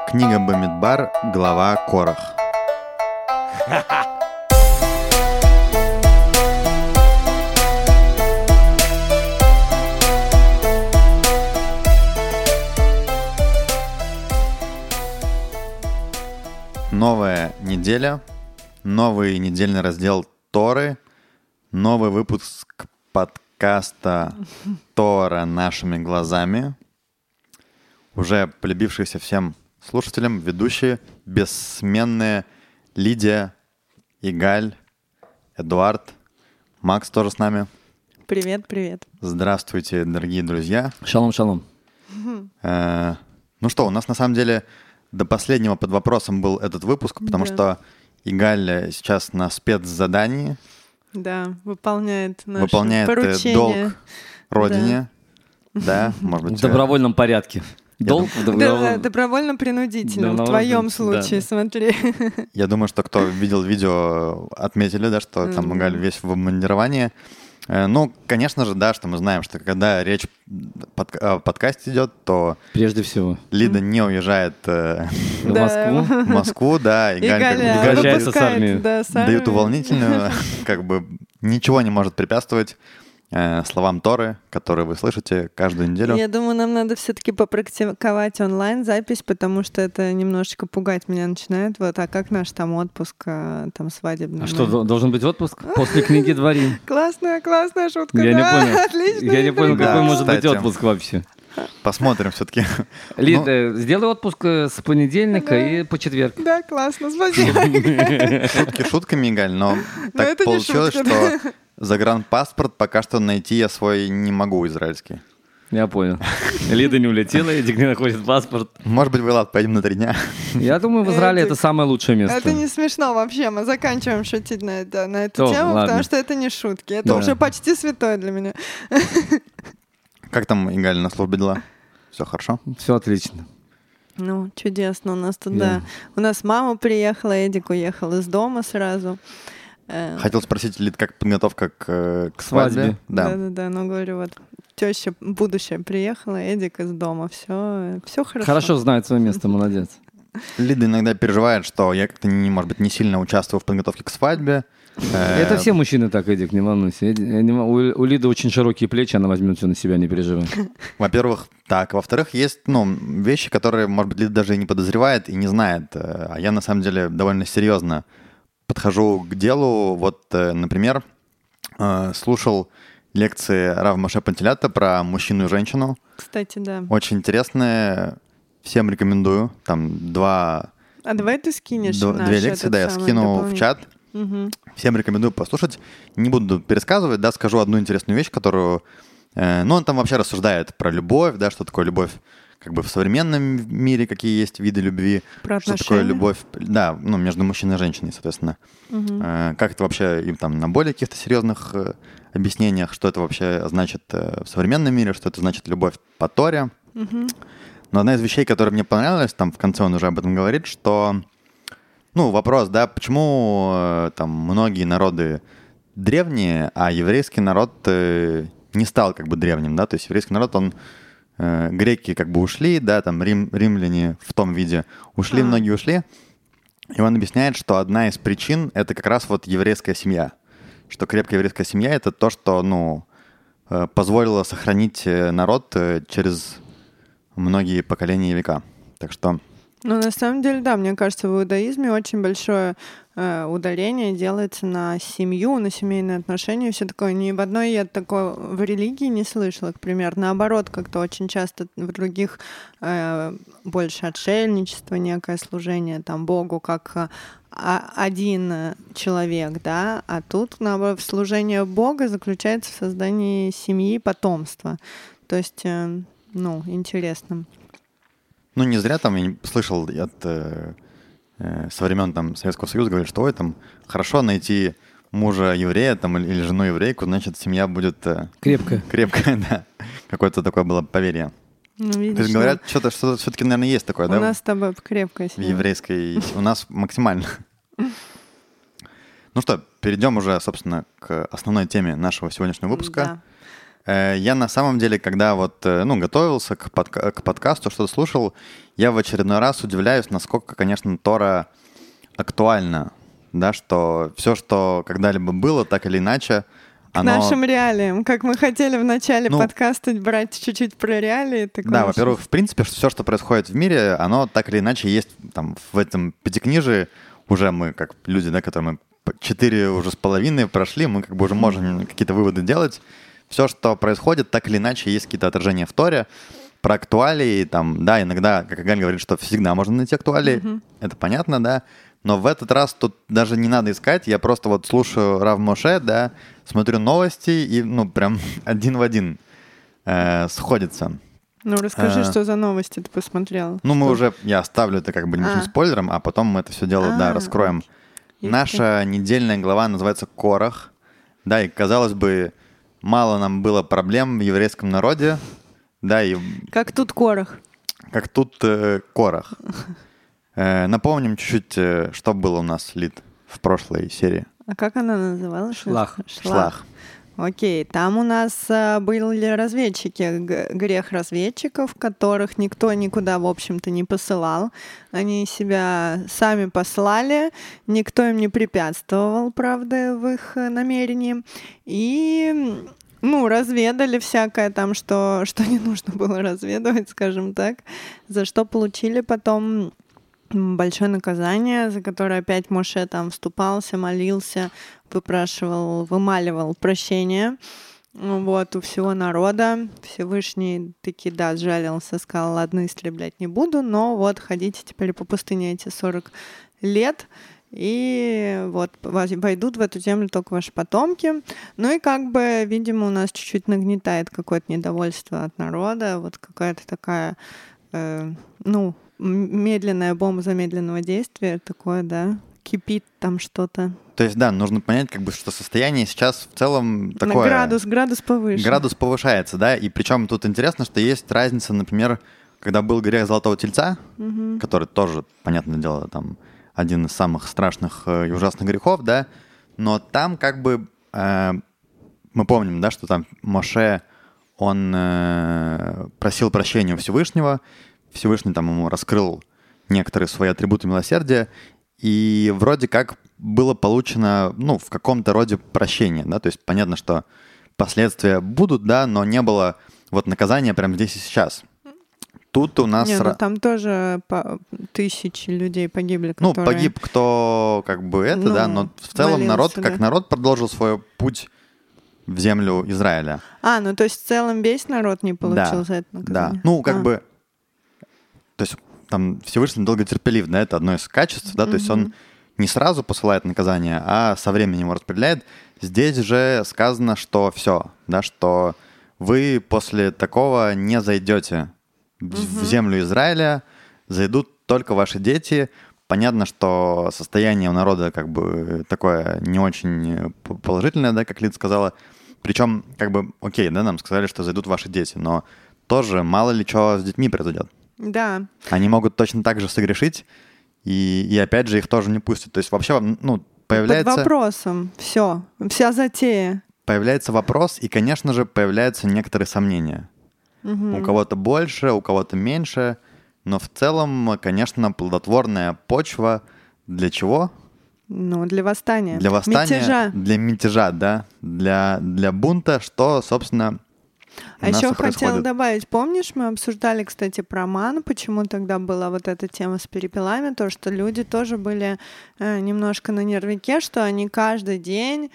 Книга Бамидбар, глава Корах. Новая неделя, новый недельный раздел Торы, новый выпуск подкаста «Тора нашими глазами». Уже полюбившиеся всем слушателям ведущие, бессменные Лидия, Игаль, Эдуард, Макс тоже с нами. Привет, привет. Здравствуйте, дорогие друзья. Шалом, шалом. Ну что, у нас на самом деле до последнего под вопросом был этот выпуск, потому что Игаль сейчас на спецзадании. Да, выполняет наше поручение. Долг родине. Да, может быть. В добровольном порядке. Долг Да, добровольно-принудительно, в твоем случае, смотри. Я думаю, что кто видел видео, отметили, да, что там Игаль весь в обмундировании. Ну, конечно же, да, что мы знаем, что когда речь о подкасте идет, то прежде всего Лида не уезжает в Москву, да, Игаль возвращается с армии. Дают увольнительную, как бы ничего не может препятствовать словам Торы, которые вы слышите каждую неделю. Я думаю, нам надо все-таки попрактиковать онлайн-запись, потому что это немножечко пугать меня начинает. Вот, а как наш там отпуск, там свадебный? А что, должен быть отпуск после книги Дворим? Классная шутка, Я да, не понял. Отлично. Я не понял, какой может быть кстати. отпуск вообще. Посмотрим все-таки. Лид, сделай отпуск с понедельника и по четверг. Да, классно, спасибо. Шутки шутками, Игаль, но так это не получилось, шутка, что загранпаспорт пока что найти я свой не могу, израильский. Я понял. Лида не улетела, Эдик не находит паспорт. Может быть, Влад, поедем на 3 дня. Я думаю, в Израиле Эдик, это самое лучшее место. Это не смешно вообще, мы заканчиваем шутить на эту То, тему, ладно. потому что это не шутки, это Да. уже почти святое для меня. Как там, Игаль, на службе дела? Все хорошо? Все отлично. Ну, чудесно. У нас тут, Да. да. У нас мама приехала, Эдик уехал из дома сразу. Хотел спросить, Лид, как подготовка к свадьбе? Свадьбе. Да. Да, ну говорю, вот теща будущая приехала, Эдик из дома, все хорошо. Хорошо знает свое место, молодец. Лида иногда переживает, что я как-то, может быть, не сильно участвую в подготовке к свадьбе. Это все мужчины так, Эдик, не волнуйся. У Лиды очень широкие плечи, она возьмет все на себя, не переживай. Во-первых, так. Во-вторых, есть вещи, которые, может быть, Лида даже и не подозревает и не знает. А я, на самом деле, довольно серьезно подхожу к делу. Вот, например, слушал лекции Рава Моше Пантелята про мужчину и женщину. Кстати, да. Очень интересные. Всем рекомендую. Там А давай ты скинешь две лекции, да, я скину в чат. Угу. Всем рекомендую послушать. Не буду пересказывать, да, скажу одну интересную вещь, которую... он там вообще рассуждает про любовь, да, что такое любовь как бы в современном мире, какие есть виды любви. Про что отношения. такое любовь, да, между мужчиной и женщиной, соответственно. Как это вообще им там на более каких-то серьезных объяснениях, что это вообще значит в современном мире, что это значит любовь по Торе. Но одна из вещей, которая мне понравилась, там в конце он уже об этом говорит, что, вопрос, да, почему там многие народы древние, а еврейский народ не стал как бы древним, да, то есть еврейский народ, греки как бы ушли, да, там римляне в том виде ушли, многие ушли, и он объясняет, что одна из причин — это как раз вот еврейская семья, что крепкая еврейская семья — это то, что, позволило сохранить народ через многие поколения и века. Так что... Ну, на самом деле, да, мне кажется, в иудаизме очень большое ударение делается на семью, на семейные отношения и все такое. Ни в одной я такого в религии не слышала, к примеру. Наоборот, как-то очень часто в других больше отшельничество, некое служение там Богу как один человек, да, а тут, наоборот, служение Бога заключается в создании семьи, потомства. То есть, интересно. Не зря там я слышал со времен там Советского Союза, говорят, что там хорошо найти мужа еврея там, или жену еврейку, значит, семья будет крепкая. Крепкая, да. Какое-то такое было поверье. Видишь, То есть говорят, что-то все-таки, наверное, есть такое, да? У нас с тобой крепкая В семья. еврейской... У нас максимально. Ну что, перейдем уже, собственно, к основной теме нашего сегодняшнего выпуска. Да. Я на самом деле, когда вот, готовился к подкасту, что-то слушал, я в очередной раз удивляюсь, насколько, конечно, Тора актуальна, да, что все, что когда-либо было, так или иначе, оно... Нашим реалиям. Как мы хотели в начале подкаста брать чуть-чуть про реалии. Да, во-первых, в принципе, все, что происходит в мире, оно так или иначе есть там в этом пятикнижии. Уже мы, как люди, да, которые мы 4 уже с половиной прошли, мы как бы уже можем какие-то выводы делать. Все, что происходит, так или иначе, есть какие-то отражения в Торе. Про актуалии, там, да, иногда, как Галя говорит, что всегда можно найти актуалии. Это понятно, да. Но в этот раз тут даже не надо искать. Я просто вот слушаю Рав Моше, да, смотрю новости и, прям один в один сходится. Ну, расскажи, что за новости ты посмотрел. Я оставлю это как бы небольшим спойлером, а потом мы это все дело, раскроем. Наша недельная глава называется «Корах». Да, и, казалось бы, мало нам было проблем в еврейском народе. Да, и... Как тут Корах. Как тут Корах. Напомним чуть-чуть, что было у нас, Лид, в прошлой серии. А как она называлась? Шлах. Окей, там у нас были разведчики, грех разведчиков, которых никто никуда, в общем-то, не посылал. Они себя сами послали, никто им не препятствовал, правда, в их намерении. И, разведали всякое там, что не нужно было разведывать, скажем так, за что получили потом большое наказание, за которое опять Моше там вступался, молился, вымаливал прощение у всего народа. Всевышний таки, сжалился, сказал: ладно, истреблять не буду, но вот ходите теперь по пустыне эти 40 лет, и вот войдут в эту землю только ваши потомки. Ну и как бы, видимо, у нас чуть-чуть нагнетает какое-то недовольство от народа, вот какая-то такая, медленная бомба замедленного действия, такое, да, кипит там что-то. То есть, да, нужно понять, как бы, что состояние сейчас в целом такое... Градус повыше. Градус повышается, да, и причем тут интересно, что есть разница, например, когда был грех Золотого Тельца, который тоже, понятное дело, там один из самых страшных и ужасных грехов, да, но там как бы мы помним, да, что там Моше, он просил прощения у Всевышнего, Всевышний там ему раскрыл некоторые свои атрибуты милосердия, и вроде как было получено, в каком-то роде прощение, да, то есть понятно, что последствия будут, да, но не было вот наказания прямо здесь и сейчас. Тут у нас... там тоже тысячи людей погибли, которые... погиб кто как бы это, да, но в целом народ, как народ продолжил свой путь в землю Израиля. То есть в целом весь народ не получил за это наказание? Да, то есть там Всевышний долготерпелив, да, это одно из качеств, да, то есть он не сразу посылает наказание, а со временем его распределяет. Здесь же сказано, что все, да, что вы после такого не зайдете в землю Израиля, зайдут только ваши дети. Понятно, что состояние у народа как бы такое не очень положительное, да, как Лид сказала. Причем, как бы, окей, да, нам сказали, что зайдут ваши дети, но тоже мало ли что с детьми произойдет. Да. Они могут точно так же согрешить, и опять же их тоже не пустят. То есть вообще, появляется... Под вопросом вся затея. Появляется вопрос, и, конечно же, появляются некоторые сомнения. У кого-то больше, у кого-то меньше, но в целом, конечно, плодотворная почва для чего? Для восстания. Для восстания. Мятежа. Для мятежа, да. Для бунта, что, собственно, А еще хотела добавить, помнишь, мы обсуждали, кстати, про ман, почему тогда была вот эта тема с перепелами, то, что люди тоже были немножко на нервике, что они каждый день,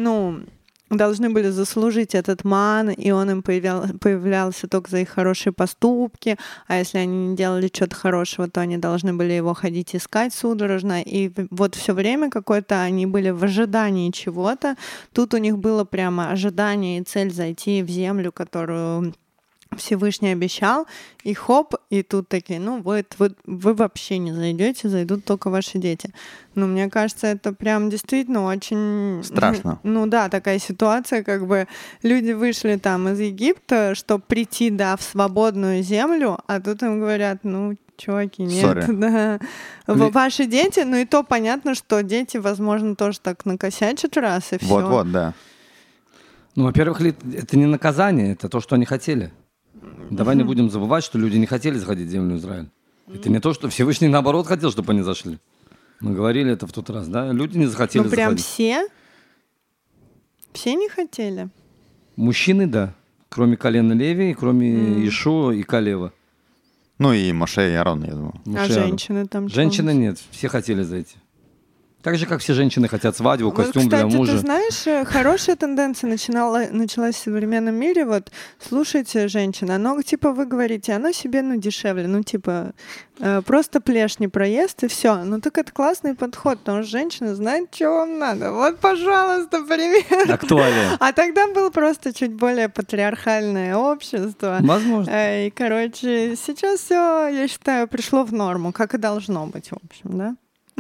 должны были заслужить этот ман, и он им появлялся только за их хорошие поступки, а если они не делали что-то хорошего, то они должны были его ходить искать судорожно, и вот все время какое-то они были в ожидании чего-то. Тут у них было прямо ожидание и цель зайти в землю, которую Всевышний обещал, и хоп, и тут такие, вы вообще не зайдете, зайдут только ваши дети. Мне кажется, это прям действительно очень... Страшно. Такая ситуация, как бы люди вышли там из Египта, чтобы прийти, в свободную землю, а тут им говорят, чуваки, нет, да. Ваши дети, и то понятно, что дети, возможно, тоже так накосячат раз, и все. Вот, да. Ну, во-первых, это не наказание, это то, что они хотели. Давай не будем забывать, что люди не хотели заходить в землю Израиль. Это не то, что Всевышний, наоборот, хотел, чтобы они зашли. Мы говорили это в тот раз, да? Люди не захотели Ну, прям заходить. все? Все не хотели? Мужчины, да. Кроме колена Леви, кроме Ишуа и Калева. Ну и Моше и Аарон, я думаю. А женщины там что? Женщины нет, все хотели зайти. Так же, как все женщины хотят свадьбу, костюм вот, кстати, для мужа. Ты знаешь, хорошая тенденция началась в современном мире. Вот слушайте женщин, оно типа вы говорите, оно себе дешевле, типа просто плешни проезд и все. Ну так это классный подход, потому что женщина знает, что вам надо. Вот, пожалуйста, пример. Актуалия. А тогда было просто чуть более патриархальное общество. Возможно. И, короче, сейчас все, я считаю, пришло в норму, как и должно быть, в общем, да?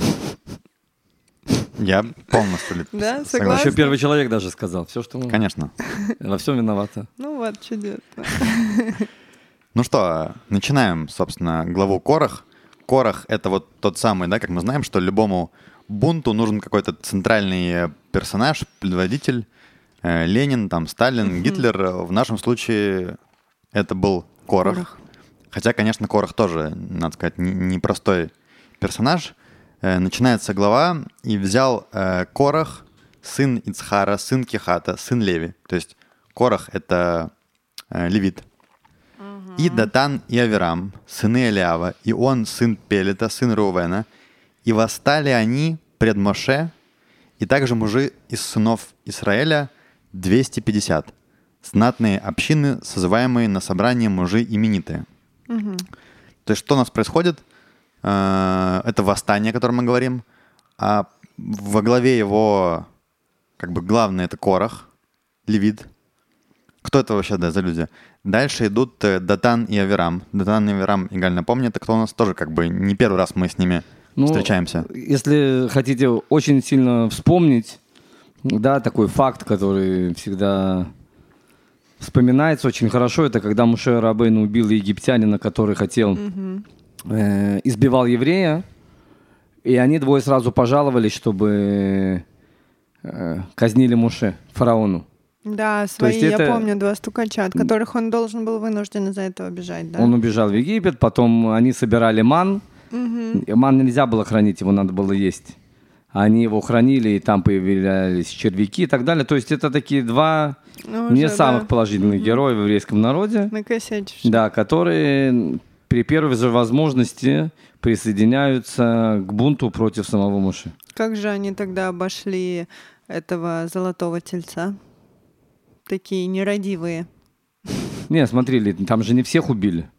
Я полностью Да, согласен. согласна. Еще первый человек даже сказал. Все, что мы... Конечно. Во всем виновата. Ну вот, чудесно. Ну что, начинаем, собственно, главу Корах. Корах — это вот тот самый, да, как мы знаем, что любому бунту нужен какой-то центральный персонаж, предводитель. Ленин, там, Сталин, Гитлер. В нашем случае это был Корах. Хотя, конечно, Корах тоже, надо сказать, непростой персонаж. Начинается глава, и взял Корах, сын Ицхара, сын Кехата, сын Леви. То есть Корах — это левит. И Датан и Авирам, сыны Элиава, и он, сын Пелета, сын Реувена. И восстали они пред Моше, и также мужи из сынов Израиля 250. Знатные общины, созываемые на собрание мужи именитые. То есть что у нас происходит? Это восстание, о котором мы говорим. А во главе его, как бы главный, это Корах, левит. Кто это вообще, да, за люди? Дальше идут Датан и Авирам. Датан и Авирам, Игаль, напомни, это кто у нас тоже как бы не первый раз мы с ними встречаемся. Если хотите очень сильно вспомнить, да, такой факт, который всегда вспоминается очень хорошо, это когда Моше Рабейну убил египтянина, который хотел... избивал еврея, и они двое сразу пожаловались, чтобы казнили Моше, фараону. Да, свои, я помню, 2 стукача, от которых он должен был вынужден из-за этого бежать, да? Он убежал в Египет, потом они собирали ман. Ман нельзя было хранить, его надо было есть. Они его хранили, и там появлялись червяки и так далее. То есть это такие два самых положительных героя в еврейском народе. Накосячившие. Да, которые... при первой же возможности присоединяются к бунту против самого Моше. Как же они тогда обошли этого золотого тельца? Такие нерадивые. Не, смотри, там же не всех убили.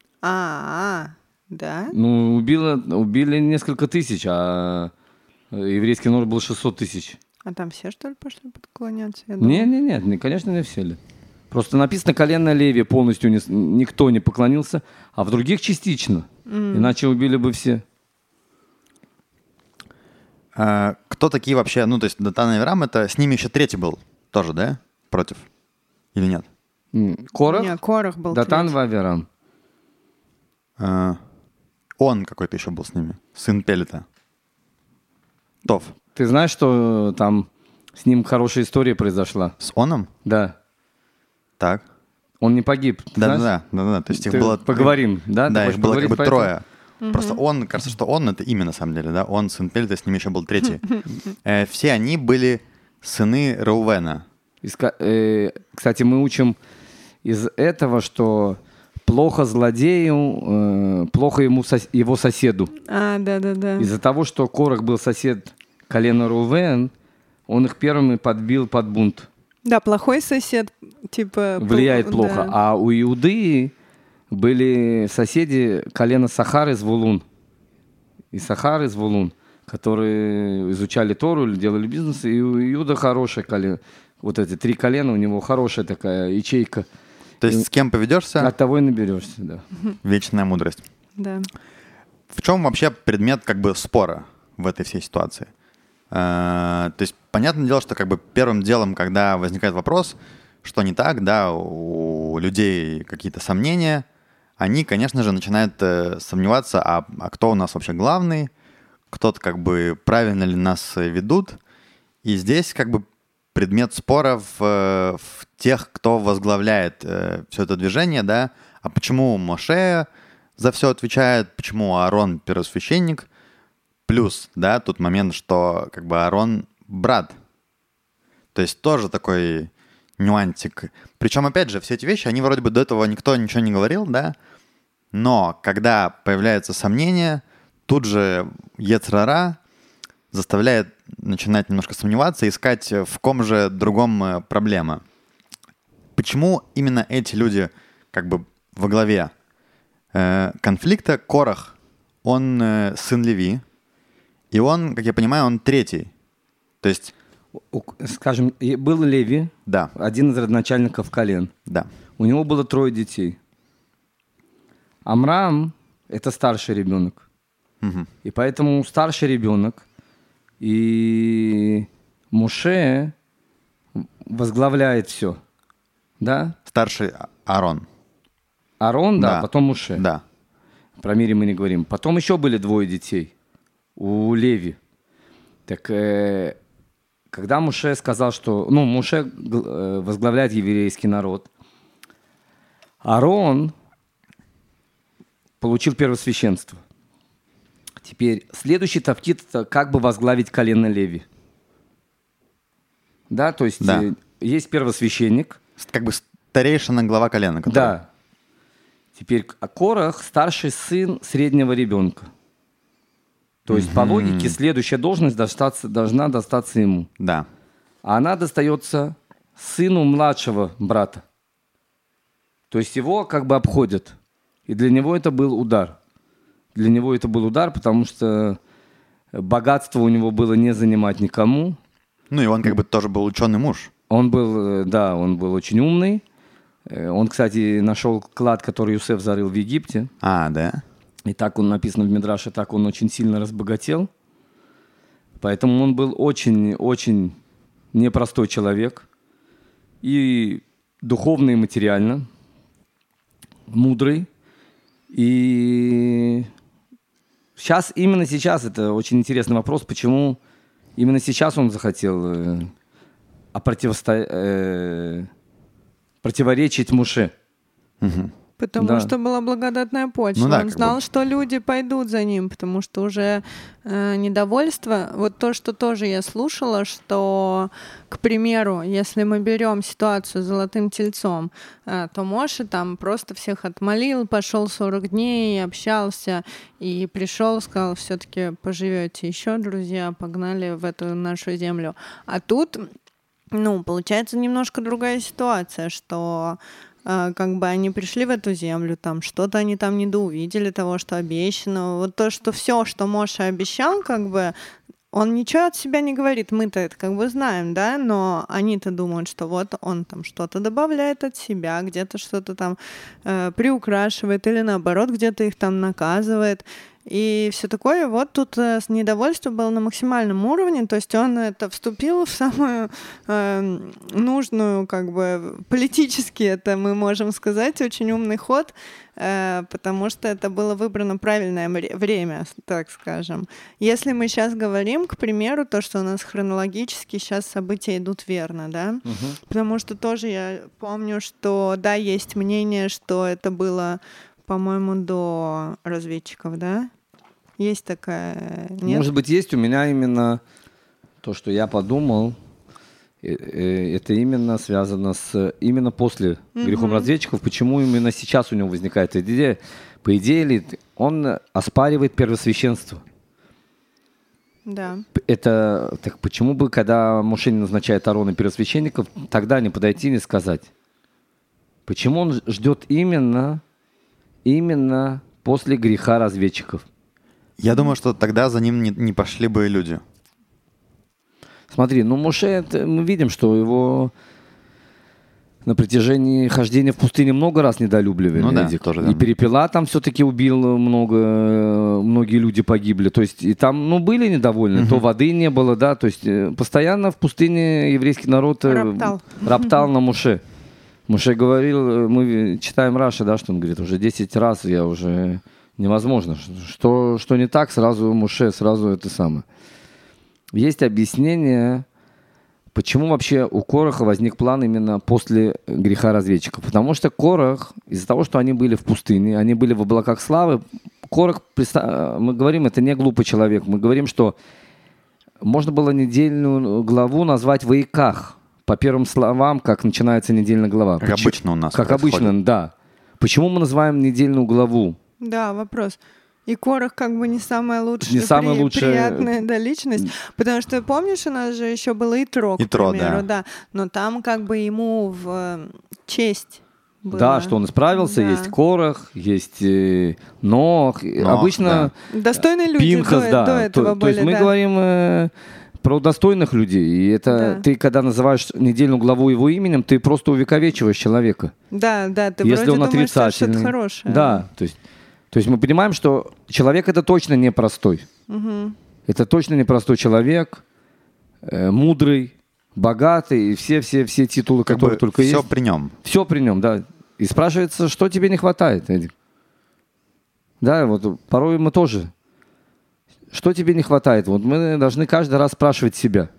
Да? Ну, убили несколько тысяч, а еврейский народ был 600 тысяч. А там все, что ли, пошли подклоняться? Нет, конечно, не все ли. Просто написано, колено Леви полностью никто не поклонился, а в других частично. Иначе убили бы все. Кто такие вообще? Ну, то есть Датан и Авирам, это с ними еще третий был тоже, да? Против? Или нет? Корах? Нет, Корах был Датан третий. и Авирам. Он какой-то еще был с ними. Сын Пелета. Тов. Ты знаешь, что там с ним хорошая история произошла? С Оном? Да. Так. Он не погиб. Да. То есть их было... Поговорим, да? Да, их было как бы поэтому? трое. Просто он, кажется, что он — это имя на самом деле, да? Он сын Пелета, с ним еще был третий. Все они были сыны Реувена. Кстати, мы учим из этого, что плохо злодею, плохо его соседу. Да. Из-за того, что Корах был сосед колена Реувен, он их первыми подбил под бунт. Да, плохой сосед, типа... Влияет плохо. Да. А у Иуды были соседи колена Сахар и Звулун. И Сахар и Звулун, которые изучали Тору, делали бизнес. И у Иуда хорошее колено. Вот эти 3 колена, у него хорошая такая ячейка. То есть с кем поведешься? От того и наберешься, да. Вечная мудрость. Да. В чем вообще предмет как бы спора в этой всей ситуации? То есть понятное дело, что как бы первым делом, когда возникает вопрос, что не так, да, у людей какие-то сомнения, они, конечно же, начинают сомневаться, а кто у нас вообще главный, кто-то как бы правильно ли нас ведут. И здесь как бы предмет спора в тех, кто возглавляет все это движение, да. А почему Моше за все отвечает, почему Аарон первосвященник? Плюс, да, тут момент, что как бы Аарон брат. То есть тоже такой нюансик. Причем, опять же, все эти вещи, они вроде бы до этого никто ничего не говорил, да. Но когда появляется сомнение, тут же Йецер Гара заставляет начинать немножко сомневаться, искать, в ком же другом проблема. Почему именно эти люди как бы во главе конфликта? Корах, он сын Леви, и он, как я понимаю, он третий. То есть... Скажем, был Леви, да. Один из родоначальников колен. Да. У него было 3 детей. Амрам – это старший ребенок. Угу. И поэтому старший ребенок и Моше возглавляет все. Да? Старший Аарон. Аарон, да, потом Моше. Да. Про Мири мы не говорим. Потом еще были 2 детей у Леви. Так когда Моше сказал, что... Ну, Моше возглавляет еврейский народ. Аарон получил первосвященство. Теперь следующий тафкид – это как бы возглавить колено Леви. Да, то есть есть первосвященник. Как бы старейшина, глава колена. Который... Да. Теперь Корах – старший сын среднего ребенка. То есть, по логике, следующая должность должна достаться ему. Да. А она достается сыну младшего брата. То есть его как бы обходят. И для него это был удар. Для него это был удар, потому что богатство у него было не занимать никому. Ну и он как бы тоже был ученый муж. Он был, да, он был очень умный. Он, кстати, нашел клад, который Юсеф зарыл в Египте. А, да? И так он написано в Мидраше, так он очень сильно разбогател. Поэтому он был очень-очень непростой человек. И духовно, и материально. Мудрый. И именно сейчас, это очень интересный вопрос, почему именно сейчас он захотел противоречить Моше. Угу. Потому что была благодатная почва. Ну, да, он знал, что люди пойдут за ним, потому что уже недовольство. Вот то, что тоже я слушала, что, к примеру, если мы берем ситуацию с золотым тельцом, то Моше там просто всех отмолил, пошел 40 дней, общался и пришел, сказал, все-таки поживете еще, друзья, погнали в эту нашу землю. А тут, получается немножко другая ситуация, что как бы они пришли в эту землю, там что-то они там недоувидели того, что обещано. Вот то, что все, что Моше обещал, как бы он ничего от себя не говорит. Мы-то это как бы знаем, да, но они-то думают, что вот он там что-то добавляет от себя, где-то что-то там приукрашивает или наоборот где-то их там наказывает. И все такое. Вот тут недовольство было на максимальном уровне, то есть он вступил в самую нужную, как бы политически это мы можем сказать, очень умный ход, потому что это было выбрано правильное время, так скажем. Если мы сейчас говорим, к примеру, то, что у нас хронологически сейчас события идут верно, да, потому что тоже я помню, что, да, есть мнение, что это было, по-моему, до разведчиков, да? Есть такая... Нет? Может быть, есть. У меня именно то, что я подумал, это именно связано именно после грехом разведчиков. Почему именно сейчас у него возникает эта идея? По идее, он оспаривает первосвященство. Да. Это так почему бы, когда Моше назначает Аарона первосвященников, тогда не подойти и не сказать? Почему он ждет именно после греха разведчиков? Я думаю, что тогда за ним не пошли бы люди. Смотри, Моше, мы видим, что его на протяжении хождения в пустыне много раз недолюбливали. Ну да, тоже, да. И Перепела там все-таки убил многие люди погибли. То есть и там, были недовольны. То воды не было, да. То есть постоянно в пустыне еврейский народ роптал на Моше. Моше говорил, мы читаем Раши, да, что он говорит, уже 10 раз я уже... Невозможно. Что не так, сразу Моше, сразу это самое. Есть объяснение, почему вообще у Кораха возник план именно после греха разведчиков? Потому что Корах, из-за того, что они были в пустыне, они были в облаках славы, Корах, мы говорим, это не глупый человек, мы говорим, что можно было недельную главу назвать «Ваиках», по первым словам, как начинается недельная глава. Как обычно у нас Как происходит. обычно, да. Почему мы называем недельную главу? Да, вопрос. И Корах как бы не самая лучшая, Не самая лучшая... приятная, да, личность. Потому что, помнишь, у нас же еще было Итро, к Итро, примеру, да. да. Но там как бы ему в честь было. Да, что он исправился, Да. есть Корах, есть Нох. Обычно Достойные люди Пинхас, до да. этого То есть были, мы да. говорим про достойных людей. И это Да. ты, когда называешь недельную главу его именем, ты просто увековечиваешь человека. Да, да, ты Если вроде он думаешь, что отрицательный. что-то хорошее. Да, то есть мы понимаем, что человек это точно непростой. Мгм. Это точно непростой человек, мудрый, богатый, и все титулы, Как которые бы только все есть. при нем. Все при нем, да. И спрашивается, что тебе не хватает, Эдик? Да, вот порой мы тоже. Что тебе не хватает? Вот мы должны каждый раз спрашивать себя.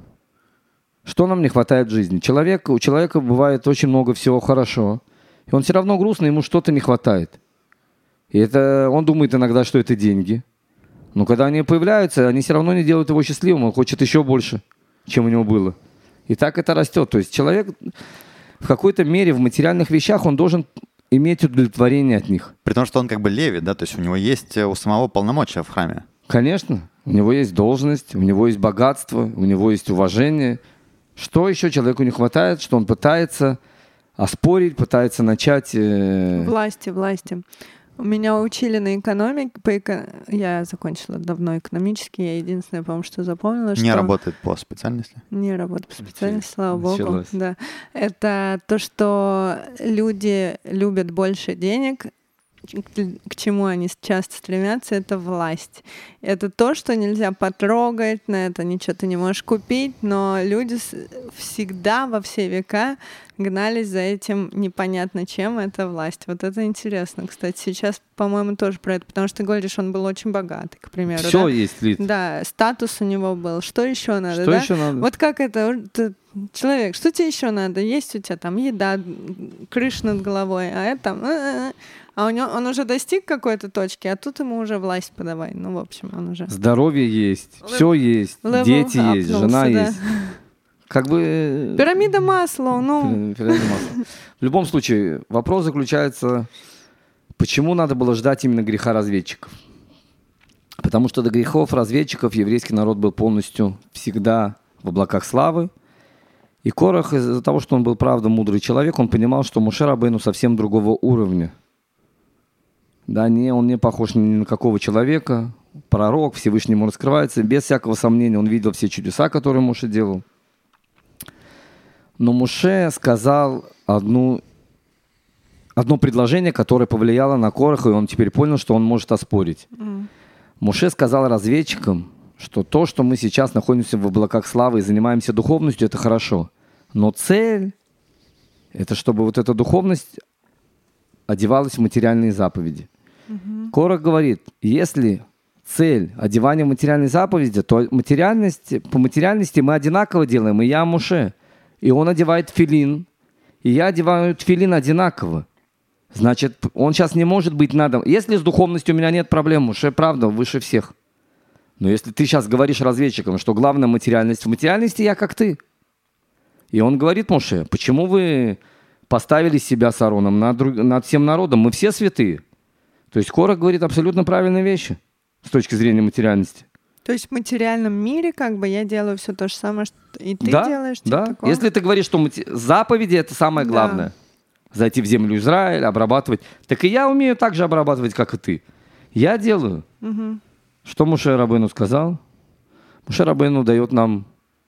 Что нам не хватает в жизни? У человека бывает очень много всего хорошо, и он все равно грустный, ему что-то не хватает. И это он думает иногда, что это деньги. Но когда они появляются, они все равно не делают его счастливым, он хочет еще больше, чем у него было. И так это растет. То есть человек в какой-то мере в материальных вещах он должен иметь удовлетворение от них. При том, что он как бы левит, да, то есть у него есть у самого полномочия в храме. Конечно, у него есть должность, у него есть богатство, у него есть уважение. Что еще человеку не хватает, что он пытается оспорить, пытается начать... Власти. Меня учили на экономике, я закончила давно экономический, я единственное, по-моему, что запомнила, что... Не работает по специальности. Не работает по специальности, слава богу. Началось. Да. Это то, что люди любят больше денег, к чему они часто стремятся, это власть. Это то, что нельзя потрогать, на это ничего ты не можешь купить, но люди всегда во все века гнались за этим непонятно чем, это власть. Вот это интересно. Кстати, сейчас, по-моему, тоже про это, потому что ты говоришь, он был очень богатый, к примеру. Все да? есть, Лид. Да, статус у него был. Что еще надо, Что да? еще надо? Вот как это? Человек, что тебе еще надо? Есть у тебя там еда, крыша над головой, а это... А он уже достиг какой-то точки, а тут ему уже власть подавай. Ну, в общем, он уже... Здоровье есть, все есть, дети есть, жена есть. Как бы... Пирамида Маслоу, ну... Пирамида Маслоу. В любом случае, вопрос заключается, почему надо было ждать именно греха разведчиков? Потому что до грехов разведчиков еврейский народ был полностью всегда в облаках славы. И Корах, из-за того, что он был, правда, мудрый человек, он понимал, что Моше Рабейну совсем другого уровня. Да, он не похож ни на какого человека, пророк, Всевышний ему раскрывается. Без всякого сомнения он видел все чудеса, которые Моше делал. Но Моше сказал одно предложение, которое повлияло на Кораха, и он теперь понял, что он может оспорить. Моше сказал разведчикам, что то, что мы сейчас находимся в облаках славы и занимаемся духовностью, это хорошо. Но цель – это чтобы вот эта духовность одевалась в материальные заповеди. Корах говорит, если цель одевания в материальные заповеди, то по материальности мы одинаково делаем, и я Моше. И он одевает тфилин, и я одеваю тфилин одинаково. Значит, он сейчас не может быть надо. Если с духовностью у меня нет проблем, Моше, правда, выше всех. Но если ты сейчас говоришь разведчикам, что главная материальность, в материальности я как ты. И он говорит Моше, почему вы поставили себя с Аароном над всем народом? Мы все святые. То есть Корах говорит абсолютно правильные вещи с точки зрения материальности. То есть в материальном мире как бы я делаю все то же самое, что и ты Да, делаешь? да. Такого? Если ты говоришь, что заповеди это самое главное, Да. зайти в землю Израиля, обрабатывать, так и я умею так же обрабатывать, как и ты. Я делаю. Угу. Что Моше Рабейну сказал? Моше Рабейну дает нам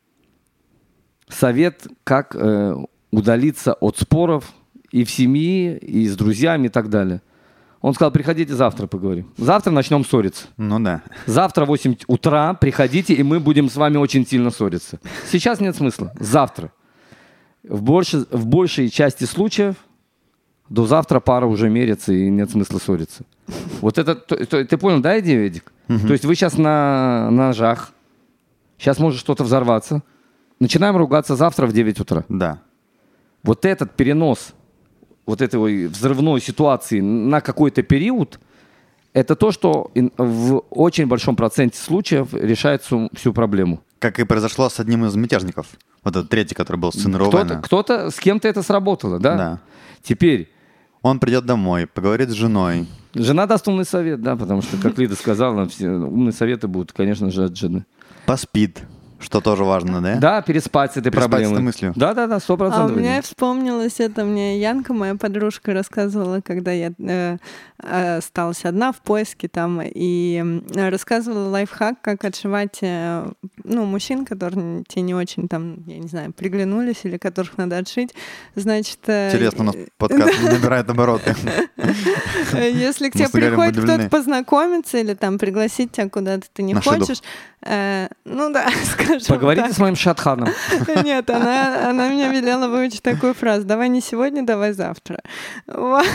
совет, как удалиться от споров и в семье, и с друзьями, и так далее. Он сказал, приходите завтра поговорим. Завтра начнем ссориться. Ну да. Завтра в 8 утра приходите, и мы будем с вами очень сильно ссориться. Сейчас нет смысла. Завтра. В большей части случаев до завтра пара уже мерится, и нет смысла ссориться. Вот это... Ты понял, да, идею, Эдик? То есть вы сейчас на ножах. Сейчас может что-то взорваться. начинаем ругаться завтра в 9 утра. Да. Вот этот перенос вот этой взрывной ситуации на какой-то период, это то, что в очень большом проценте случаев решает всю проблему. Как и произошло с одним из мятежников. Вот этот третий, который был сын Рувена. Кто-то, с кем-то это сработало, да? Да. Теперь... Он придет домой, поговорит с женой. Жена даст умный совет, да, потому что, как Лида сказала, все умные советы будут, конечно же, от жены. Поспит, что тоже важно, да? Да, переспать с этой проблемой. С этой мыслью. Да, 100%. А у меня вспомнилось это, мне Янка, моя подружка, рассказывала, когда я осталась одна в поиске там, и рассказывала лайфхак, как отшивать мужчин, которые тебе не очень там, я не знаю, приглянулись или которых надо отшить. Значит... Интересно, у нас подкаст набирает обороты. Если к тебе приходит кто-то познакомиться или там пригласить тебя куда-то, ты не хочешь, ну да, скажем Поговорите так. с моим Шатханом. Нет, она меня велела выучить такую фразу: давай не сегодня, давай завтра. Вот.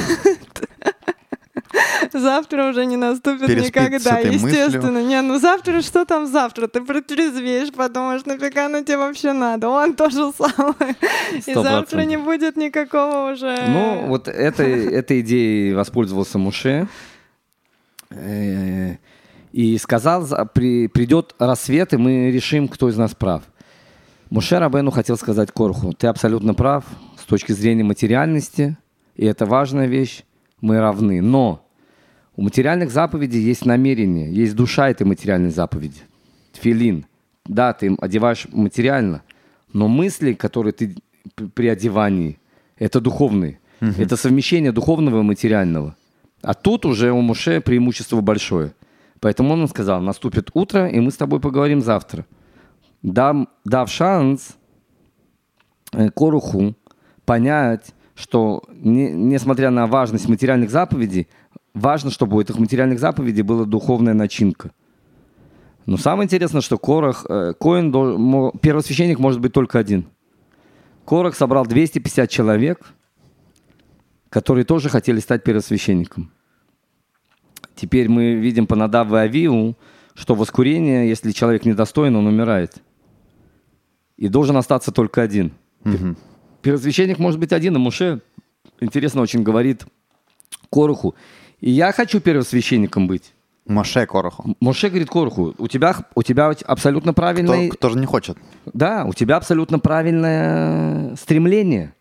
Завтра уже не наступит никогда, естественно. Не, завтра что там завтра? Ты протрезвеешь, подумаешь, нафига оно тебе вообще надо? Он то же самое. 100%. И завтра не будет никакого уже... Ну, вот этой идеей воспользовался Моше. И сказал, придет рассвет, и мы решим, кто из нас прав. Моше Рабейну хотел сказать Кораху: ты абсолютно прав с точки зрения материальности, и это важная вещь, мы равны. Но у материальных заповедей есть намерение, есть душа этой материальной заповеди. Тфилин. Да, ты одеваешь материально, но мысли, которые ты при одевании, это духовные. Это совмещение духовного и материального. А тут уже у Моше преимущество большое. Поэтому он сказал: наступит утро, и мы с тобой поговорим завтра. Дав шанс Коруху понять, что несмотря на важность материальных заповедей, важно, чтобы у этих материальных заповедей была духовная начинка. Но самое интересное, что первосвященник может быть только один. Корах собрал 250 человек, которые тоже хотели стать первосвященником. Теперь мы видим по Надаву и Авиу, что воскурение, если человек недостоин, он умирает. И должен остаться только один. Первосвященник может быть один, и Моше, интересно очень, говорит Кораху: и я хочу первосвященником быть. Моше Кораху. Моше говорит Кораху: у тебя абсолютно правильное... Кто же не хочет? Да, у тебя абсолютно правильное стремление.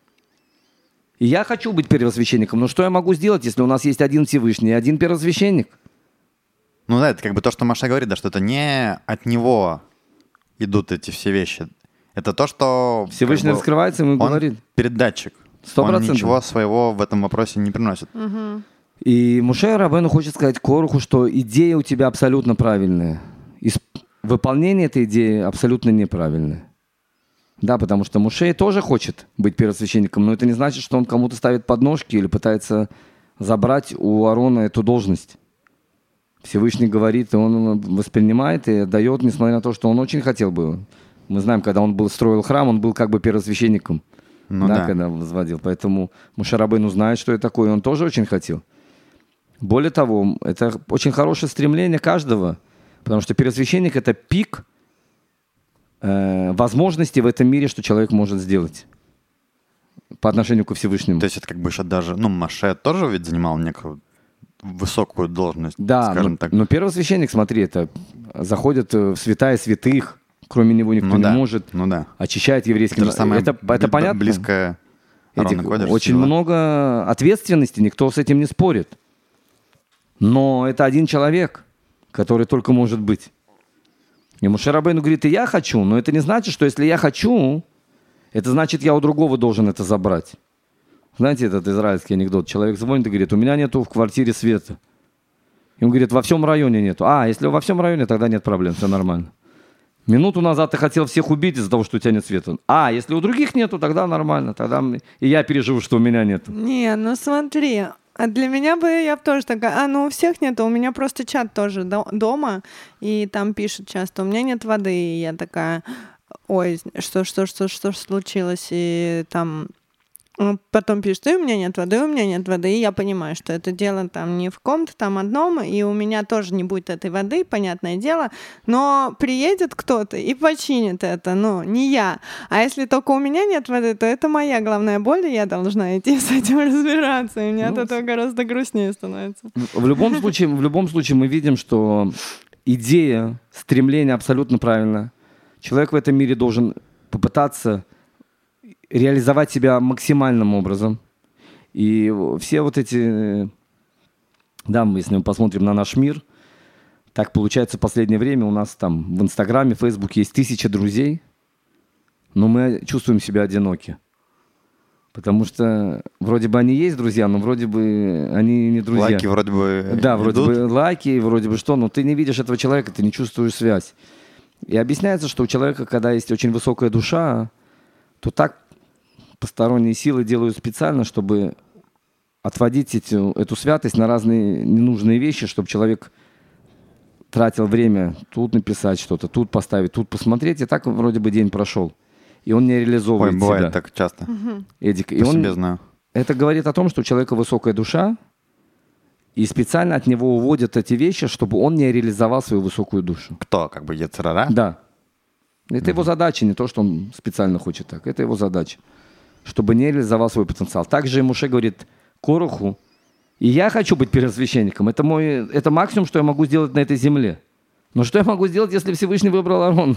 И я хочу быть первосвященником, но что я могу сделать, если у нас есть один Всевышний и один первосвященник? Ну да, это как бы то, что Моше говорит, да, что это не от него идут эти все вещи. Это то, что... Всевышний как бы раскрывается, ему говорит. Передатчик. 100%. Он ничего своего в этом вопросе не приносит. И Моше Рабейну хочет сказать Кораху, что идея у тебя абсолютно правильная. И выполнение этой идеи абсолютно неправильное. Да, потому что Моше тоже хочет быть первосвященником, но это не значит, что он кому-то ставит подножки или пытается забрать у Аарона эту должность. Всевышний говорит, и он воспринимает и дает, несмотря на то, что он очень хотел бы. Мы знаем, когда он строил храм, он был как бы первосвященником, когда возводил. Поэтому Моше Рабейну знает, что это такое, и он тоже очень хотел. Более того, это очень хорошее стремление каждого, потому что первосвященник — это пик возможностей в этом мире, что человек может сделать по отношению ко Всевышнему. То есть это как бы еще даже... Ну, Моше тоже ведь занимал некую высокую должность, да, скажем так. Но первосвященник, смотри, это заходит в святая святых, кроме него никто не может, очищает еврейский народ. Это понятно? Близкое Аарона Кодеш. Очень много ответственности, никто с этим не спорит. Но это один человек, который только может быть. И Моше Рабейну говорит: и я хочу, но это не значит, что если я хочу, это значит, я у другого должен это забрать. Знаете этот израильский анекдот? Человек звонит и говорит: у меня нету в квартире света. Ему говорит: во всем районе нету. Если во всем районе, тогда нет проблем, все нормально. Минуту назад ты хотел всех убить из-за того, что у тебя нет света. Если у других нету, тогда нормально. Тогда и я переживу, что у меня нету. Не, ну смотри... А для меня я бы тоже такая, у всех нет, у меня просто чат тоже дома, и там пишут часто: у меня нет воды, и я такая: ой, что случилось, и там Потом пишет, и у меня нет воды, и я понимаю, что это дело там не в ком-то там одном, и у меня тоже не будет этой воды, понятное дело, но приедет кто-то и починит это, не я. А если только у меня нет воды, то это моя главная боль, и я должна идти с этим разбираться, и мне от этого гораздо грустнее становится. В любом случае мы видим, что идея, стремление абсолютно правильно. Человек в этом мире должен попытаться реализовать себя максимальным образом. И все вот эти... Да, если мы посмотрим на наш мир, так получается в последнее время у нас там в Инстаграме, в Фейсбуке есть 1000 друзей, но мы чувствуем себя одиноки. Потому что вроде бы они есть друзья, но вроде бы они не друзья. Лайки вроде бы Да, идут. вроде бы лайки, вроде бы что, но ты не видишь этого человека, ты не чувствуешь связь. И объясняется, что у человека, когда есть очень высокая душа, то так посторонние силы делают специально, чтобы отводить эту святость на разные ненужные вещи, чтобы человек тратил время тут написать что-то, тут поставить, тут посмотреть, и так вроде бы день прошел. И он не реализовывает себя. Бывает так часто. Эдик, По себе знаю. это говорит о том, что у человека высокая душа, и специально от него уводят эти вещи, чтобы он не реализовал свою высокую душу. Кто? Как бы Ецер-ара? Да. Это его задача, не то, что он специально хочет так. Это его задача, чтобы не реализовал свой потенциал. Также Моше говорит Короху, и я хочу быть первосвященником. Это максимум, что я могу сделать на этой земле. Но что я могу сделать, если Всевышний выбрал Аарон?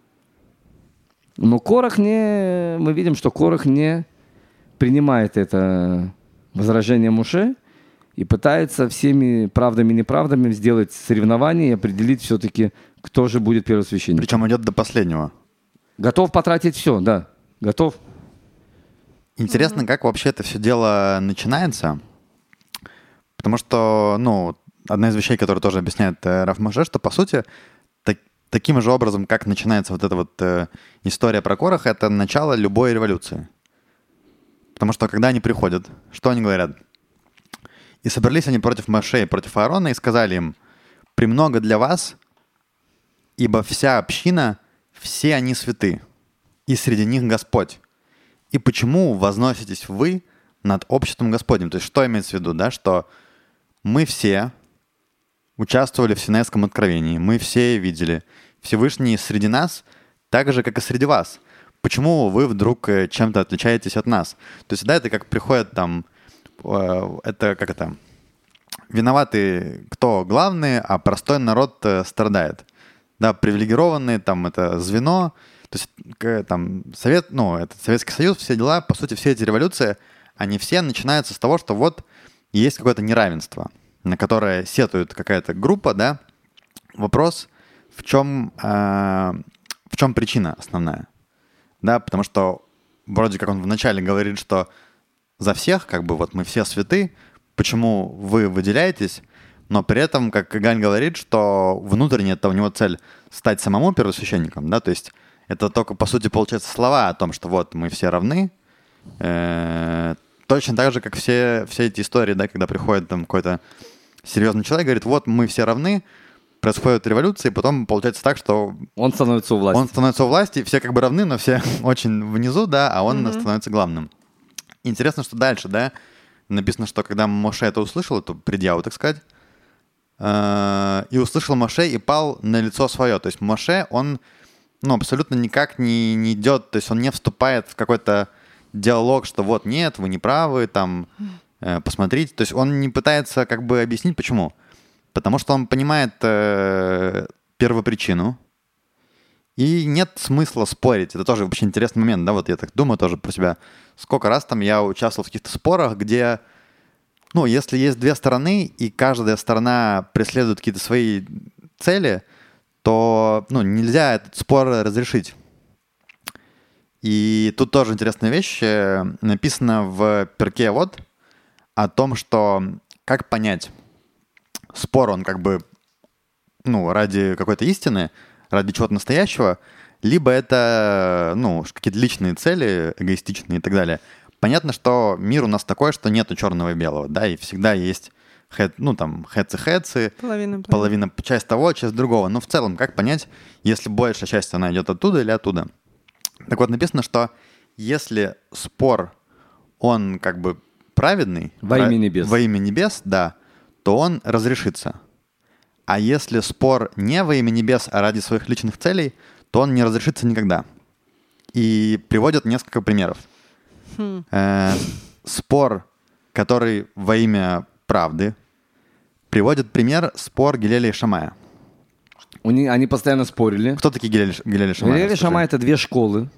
Но мы видим, что Корах не принимает это возражение Моше и пытается всеми правдами и неправдами сделать соревнование и определить все-таки, кто же будет первосвященником. Причем идет до последнего. Готов потратить все, да. Готов. Интересно, как вообще это все дело начинается. Потому что, одна из вещей, которую тоже объясняет Рав Моше, что, по сути, таким же образом, как начинается вот эта история про Кораха, это начало любой революции. Потому что, когда они приходят, что они говорят? И собрались они против Моше и против Аарона и сказали им: «Премного для вас, ибо вся община, все они святы, и среди них Господь. И почему возноситесь вы над обществом Господним?» То есть что имеется в виду, да? Что мы все участвовали в Синайском откровении, мы все видели Всевышний среди нас, так же, как и среди вас. Почему вы вдруг чем-то отличаетесь от нас? То есть, да, это как приходят там, виноваты кто главные, а простой народ страдает. Да, привилегированные, там, это звено, то есть, там, этот Советский Союз, все дела, по сути, все эти революции, они все начинаются с того, что вот есть какое-то неравенство, на которое сетует какая-то группа, да. Вопрос, в чем причина основная, да, потому что вроде как он вначале говорит, что за всех, как бы, вот мы все святы, почему вы выделяетесь, но при этом, как Галь говорит, что внутренне это у него цель стать самому первосвященником, да, то есть это только, по сути, получается слова о том, что вот мы все равны, точно так же, как все эти истории, да, когда приходит там какой-то серьезный человек, говорит, вот мы все равны, происходит революция, и потом получается так, что он становится у власти. Он становится у власти, все как бы равны, но все очень внизу, да, а он становится главным. Интересно, что дальше, да, написано, что когда Моше это услышал, эту предъяву, так сказать, и услышал Моше и пал на лицо свое. То есть Моше, он абсолютно никак не идет, то есть он не вступает в какой-то диалог, что вот нет, вы не правы, там, посмотрите. То есть он не пытается как бы объяснить, почему. Потому что он понимает первопричину, и нет смысла спорить. Это тоже вообще интересный момент, да, вот я так думаю тоже про себя. Сколько раз там я участвовал в каких-то спорах, где, если есть две стороны, и каждая сторона преследует какие-то свои цели, то, нельзя этот спор разрешить. И тут тоже интересная вещь. Написано в Перкей Авот о том, что как понять, спор он как бы, ради какой-то истины, ради чего-то настоящего, либо это, какие-то личные цели, эгоистичные и так далее. Понятно, что мир у нас такой, что нету черного и белого, да, и всегда есть хэцы, половина, часть того, часть другого. Но в целом, как понять, если большая часть, она идет оттуда или оттуда? Так вот, написано, что если спор, он как бы праведный, Во имя небес. Во имя небес, да, то он разрешится. А если спор не во имя небес, а ради своих личных целей, то он не разрешится никогда. И приводят несколько примеров. Спор, который во имя правды, приводит пример спор Гилеля и Шамая. Они постоянно спорили. Кто такие Гилель и Шамай? Гилель и Шамай — это две школы,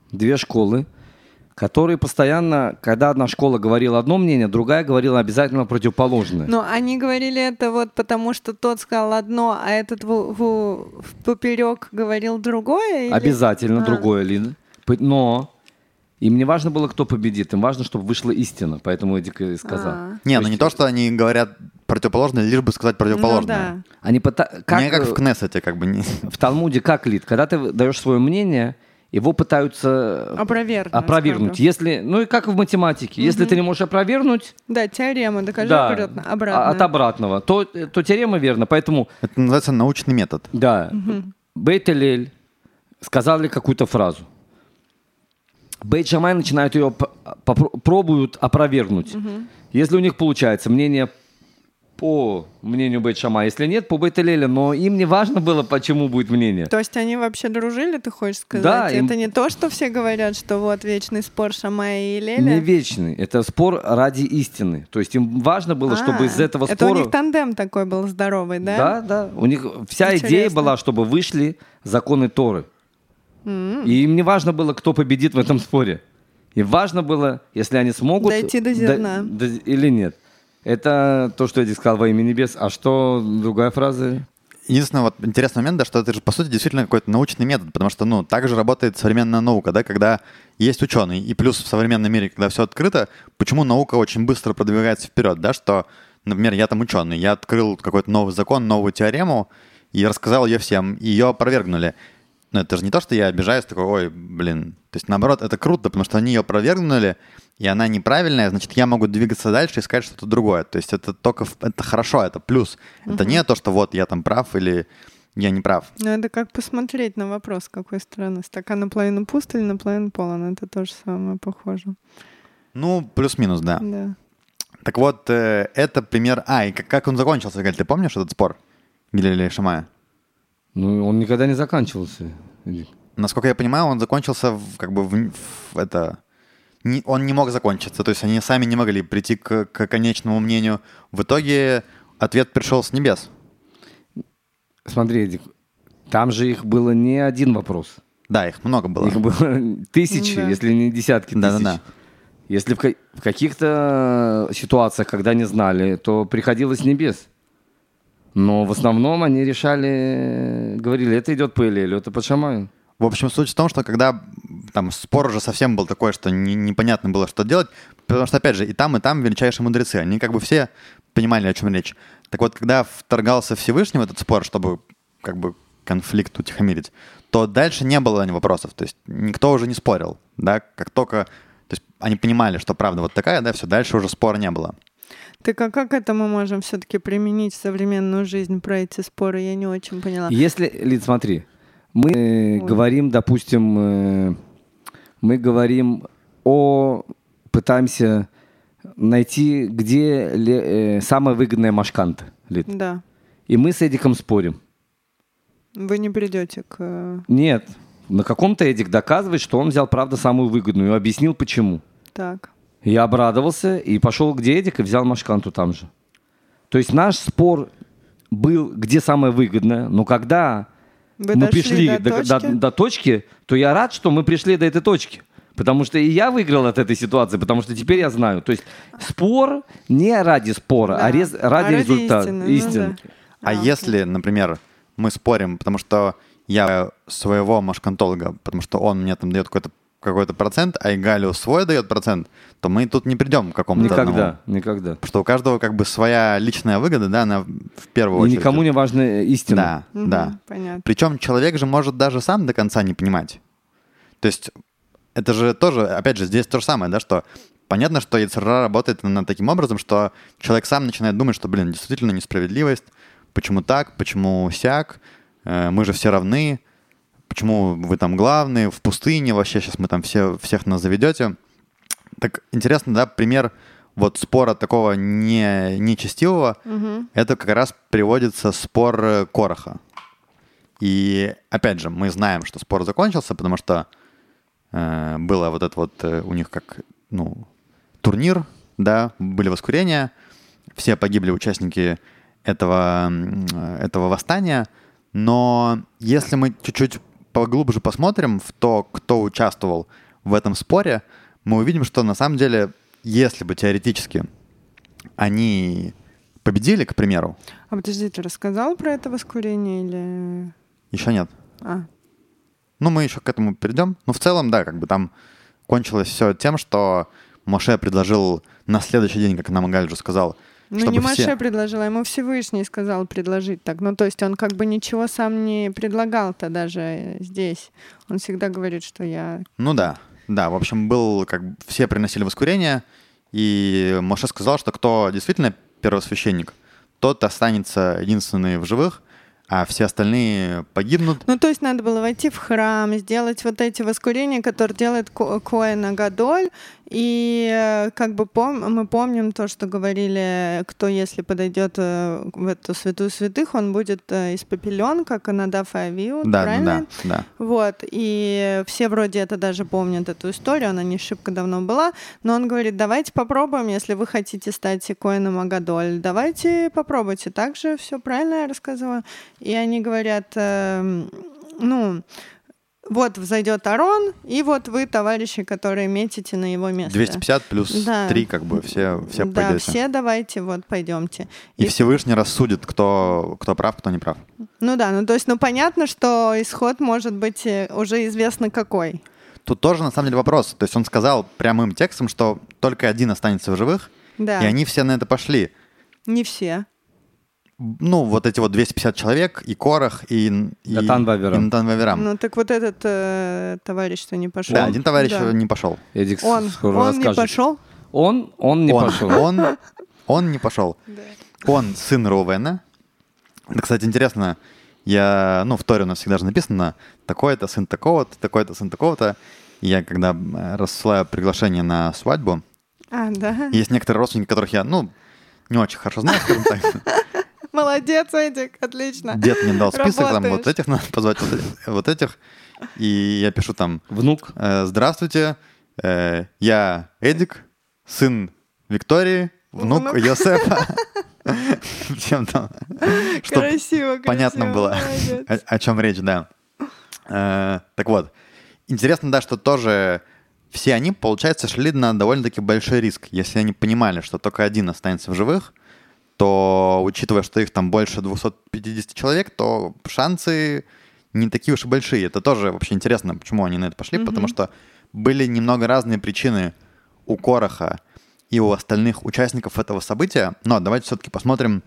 которые постоянно, когда одна школа говорила одно мнение, другая говорила обязательно противоположное. Но они говорили это вот потому, что тот сказал одно, а этот поперек говорил другое? Или? Обязательно другое, Лина. Но им не важно было, кто победит, им важно, чтобы вышла истина, поэтому Эдик и сказал. Не, ну не то, что они говорят противоположное, лишь бы сказать противоположное. Ну, да. Они не как в Кнессете, как бы. В Талмуде как, Лид? Когда ты даешь свое мнение, его пытаются опровергнуть. Если, ну и как в математике. Если ты не можешь опровергнуть... Да, теорема, докажи обратно. От обратного. То теорема верна, поэтому... Это называется научный метод. Да. Бейт Элель сказали какую-то фразу. Бейт Шамай начинают ее, пробуют опровергнуть. Если у них получается мнение по мнению Бейт Шамай, если нет, по Бейт Элеля, но им не важно было, почему будет мнение. То есть они вообще дружили, ты хочешь сказать? Да. Это не то, что все говорят, что вот вечный спор Шамая и Элеля? Не вечный. Это спор ради истины. То есть им важно было, чтобы из этого спора... Это у них тандем такой был здоровый, да? Да. У них вся идея была, чтобы вышли законы Торы. И им не важно было, кто победит в этом споре. Им важно было, если они смогут... Дойти до зерна. Или нет. Это то, что я сказал во имя небес. А что другая фраза? Единственный вот интересный момент, да, что это же, по сути, действительно какой-то научный метод, потому что, ну, так же работает современная наука, да, когда есть ученый, и плюс в современном мире, когда все открыто, почему наука очень быстро продвигается вперед, да, что, например, я там ученый, я открыл какой-то новый закон, новую теорему, и рассказал ее всем, и ее опровергнули. Но это же не то, что я обижаюсь, такой, ой, блин. То есть, наоборот, это круто, потому что они ее опровергнули, и она неправильная, значит, я могу двигаться дальше и сказать что-то другое. То есть это только, это хорошо, это плюс. Это не то, что вот я там прав или я не прав. Ну, это как посмотреть на вопрос, с какой стороны. Стакан наполовину пуст или наполовину полон. Это тоже самое похоже. Ну, плюс-минус, да. Так вот, это пример... и как он закончился, Галь, ты помнишь этот спор Гилеля и Шамая? Ну, он никогда не заканчивался. Насколько я понимаю, он закончился он не мог закончиться, то есть они сами не могли прийти к конечному мнению. В итоге ответ пришел с небес. Смотри, Эдик, там же их было не один вопрос. Да, их много было. Их было тысячи, если не десятки тысяч. Да. Если в каких-то ситуациях, когда не знали, то приходилось с небес. Но в основном они говорили, это идет по Элелю, это по Шамаю. В общем, суть в том, что когда там спор уже совсем был такой, что непонятно было, что делать, потому что, опять же, и там величайшие мудрецы, они как бы все понимали, о чем речь. Так вот, когда вторгался Всевышний в этот спор, чтобы как бы конфликт утихомирить, то дальше не было вопросов, то есть никто уже не спорил, да, как только, то есть они понимали, что правда вот такая, да, все, дальше уже спора не было. Так а как это мы можем все-таки применить в современную жизнь, про эти споры? Я не очень поняла. Если, Лид, смотри, мы говорим, допустим, пытаемся найти, где самая выгодная машканта, Лид. Да. И мы с Эдиком спорим. Вы не придете к... Нет. На каком-то Эдик доказывает, что он взял, правда, самую выгодную и объяснил, почему. Так. Я обрадовался и пошел к Эдик и взял машканту там же. То есть наш спор был, где самое выгодное, но когда мы пришли до точки, то я рад, что мы пришли до этой точки. Потому что и я выиграл от этой ситуации, потому что теперь я знаю. То есть спор не ради спора, а ради результата. Истины. А если, например, мы спорим, потому что я своего машкантолога, потому что он мне там дает какой-то процент, а Игалю свой дает процент, то мы тут не придем к какому-то одному. Никогда. Потому что у каждого как бы своя личная выгода, да, она в первую очередь. И никому не важна истина. Да. Понятно. Причем человек же может даже сам до конца не понимать. То есть это же тоже, опять же, здесь то же самое, да, что понятно, что ЕЦР работает над таким образом, что человек сам начинает думать, что, действительно несправедливость, почему так, почему сяк, мы же все равны, почему вы там главные, в пустыне вообще, сейчас мы там всех нас заведете. Так интересно, да, пример вот спора такого нечестивого, это как раз приводится спор Кораха. И опять же, мы знаем, что спор закончился, потому что было вот это вот у них как, турнир, да, были воскурения, все погибли участники этого восстания, но если мы чуть-чуть поглубже посмотрим в то, кто участвовал в этом споре, мы увидим, что на самом деле, если бы теоретически они победили, к примеру... А подожди, ты рассказал про это воскурение или... Еще нет. Мы еще к этому перейдем. Но в целом, да, как бы там кончилось все тем, что Моше предложил на следующий день, как нам Галь уже сказал, чтобы не Моше предложил, а ему Всевышний сказал предложить так. То есть он как бы ничего сам не предлагал-то даже здесь. Он всегда говорит, что я... Да. Да, в общем, все приносили воскурение, и Моше сказал, что кто действительно первосвященник, тот останется единственный в живых, а все остальные погибнут. То есть надо было войти в храм, сделать вот эти воскурения, которые делает Коэн Агадоль, и как бы мы помним то, что говорили, кто если подойдет в эту святую святых, он будет испепелен, как Надав и Авиуд, правильно? Да. Вот, и все вроде это даже помнят, эту историю, она не шибко давно была, но он говорит, давайте попробуем, если вы хотите стать Коэном Агадоль, давайте попробуйте. Так же все правильно я рассказывала? И они говорят, вот взойдет Арон, и вот вы, товарищи, которые метите на его место. 250 плюс 3, как бы все пойдете. Да, все давайте, вот пойдемте. И Всевышний рассудит, кто прав, кто не прав. То есть, понятно, что исход может быть уже известно какой. Тут тоже, на самом деле, вопрос. То есть он сказал прямым текстом, что только один останется в живых, да. И они все на это пошли. Не все. Вот эти вот 250 человек, и Корах, и Датан Вавирам. Так вот этот товарищ, что не пошел. Да, один товарищ не пошел. Эдик он не пошел? Он не пошел. Он не пошел. Да. Он сын Реувена. Это, кстати, интересно, в Торе у нас всегда же написано такой-то сын такого-то, такой-то сын такого-то. И я, когда рассылаю приглашение на свадьбу, да. Есть некоторые родственники, которых я, не очень хорошо знаю, скажем так. Молодец, Эдик, отлично. Дед мне дал список, там вот этих надо позвать, вот этих. И я пишу там... Внук. Здравствуйте, я Эдик, сын Виктории, внук Йосефа. Всем там. Красиво, понятно было, о чем речь, да. Так вот, интересно, да, что тоже... Все они, получается, шли на довольно-таки большой риск. Если они понимали, что только один останется в живых, то, учитывая, что их там больше 250 человек, то шансы не такие уж и большие. Это тоже вообще интересно, почему они на это пошли, потому что были немного разные причины у Кораха и у остальных участников этого события. Но давайте все-таки посмотрим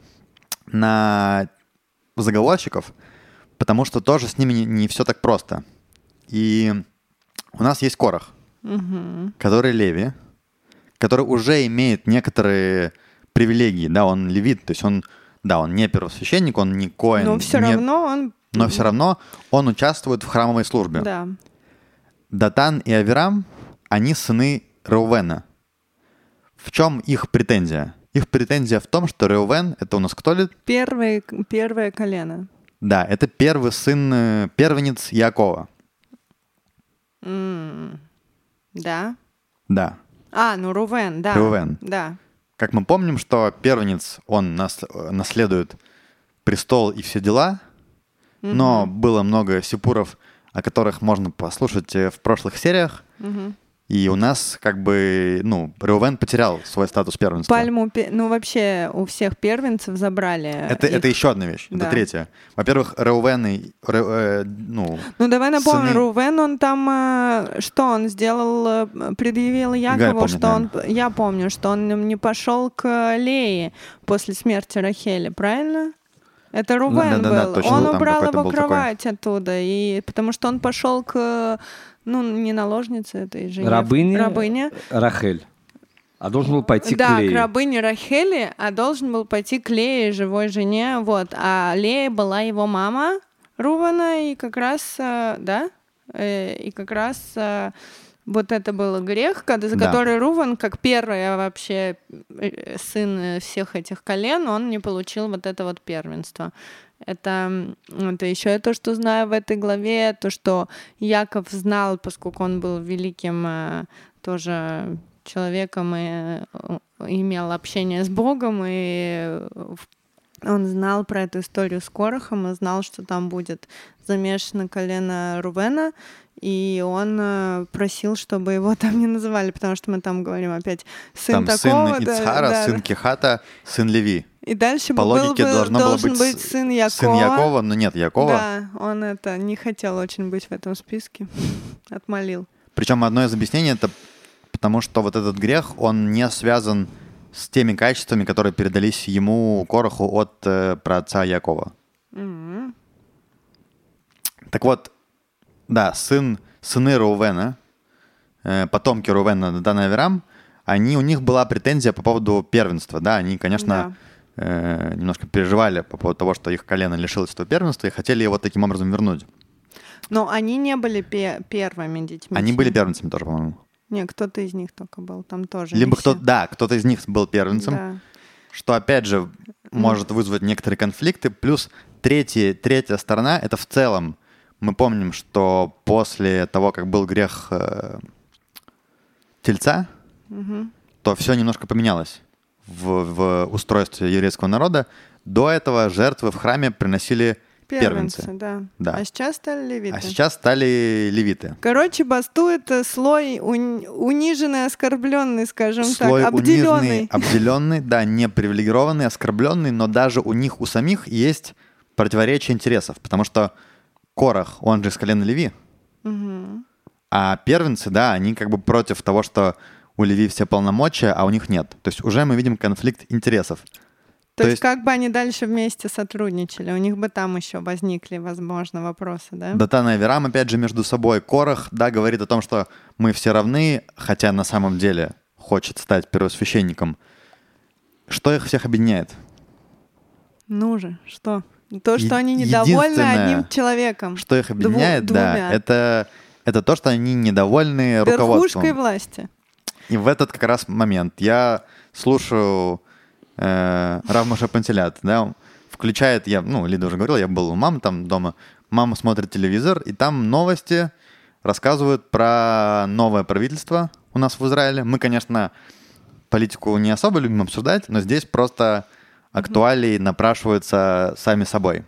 на заговорщиков, потому что тоже с ними не все так просто. И у нас есть Корах, который Леви, который уже имеет некоторые привилегии, да, он левит, то есть он не первосвященник, он не коэн. Но все равно он участвует в храмовой службе. Да. Датан и Авирам, они сыны Реувена. В чем их претензия? Их претензия в том, что Реувен, это у нас кто ли? Первое колено. Да, это первый сын, первенец Якова. Да? Да. Реувен, да. Реувен. Да. Как мы помним, что первенец, он наследует престол и все дела, но было много сипуров, о которых можно послушать в прошлых сериях, и у нас Реувен потерял свой статус первенства. Пальму, вообще у всех первенцев забрали. Это еще одна вещь, это третья. Во-первых, Реувен давай напомним, Реувен, он там, что он сделал, предъявил Якову, я помню, что он не пошел к Лее после смерти Рахели, правильно? Это Реувен был. Точно, он убрал его кровать оттуда, и потому что он пошел к... не наложница этой жене. Рабыня. Рахель. А должен был пойти к Лее. Да, к рабыне Рахели, а должен был пойти к Лее, живой жене. Вот. А Лея была его мама Рувана, и как раз, вот это был грех, за который Рувен, как первый вообще сын всех этих колен, он не получил вот это вот первенство. Это еще я то, что знаю в этой главе, то, что Яков знал, поскольку он был великим тоже человеком и имел общение с Богом, и он знал про эту историю с Корахом и знал, что там будет замешано колено Рувена, и он просил, чтобы его там не называли, потому что мы там говорим опять сын там такого. Сын Ицхара, сын Кехата, сын Леви. И дальше по логике должен быть сын Якова. Сын Якова, но нет Якова. Да, он не хотел очень быть в этом списке, отмолил. Причем одно из объяснений — это потому, что вот этот грех, он не связан с теми качествами, которые передались ему, Кораху, от праотца Якова. Mm-hmm. Так вот, да, сыны Рувена, потомки Рувена, Дан и Авирам, у них была претензия по поводу первенства, да, они, конечно, немножко переживали по поводу того, что их колено лишилось этого первенства и хотели его таким образом вернуть. Но они не были первыми детьми. Они были первенцами тоже, по-моему. Не, кто-то из них только был, там тоже. Либо кто-то из них был первенцем, да. Что, опять же, может вызвать некоторые конфликты. Плюс третья сторона — это в целом. Мы помним, что после того, как был грех тельца, то все немножко поменялось в устройстве еврейского народа. До этого жертвы в храме приносили первенцы. Да. А сейчас стали левиты. Короче, бастует слой униженный, оскорбленный, скажем слой так, обделенный. Обделенный, да, не привилегированный, оскорбленный, но даже у них, у самих есть противоречие интересов, потому что Корах, он же из колена Леви, а первенцы, да, они как бы против того, что у Леви все полномочия, а у них нет. То есть уже мы видим конфликт интересов. То есть как бы они дальше вместе сотрудничали? У них бы там еще возникли, возможно, вопросы, да? Датан и Авирам, опять же, между собой. Корах, да, говорит о том, что мы все равны, хотя на самом деле хочет стать первосвященником. Что их всех объединяет? Ну же, что? То, что они недовольны одним человеком. Что их объединяет, да, это то, что они недовольны руководством. Верхушкой власти. И в этот как раз момент я слушаю Рав Моше Пантелят, да, включает, Лида уже говорила, я был у мамы там дома, мама смотрит телевизор, и там новости рассказывают про новое правительство у нас в Израиле. Мы, конечно, политику не особо любим обсуждать, но здесь просто актуалии напрашиваются сами собой.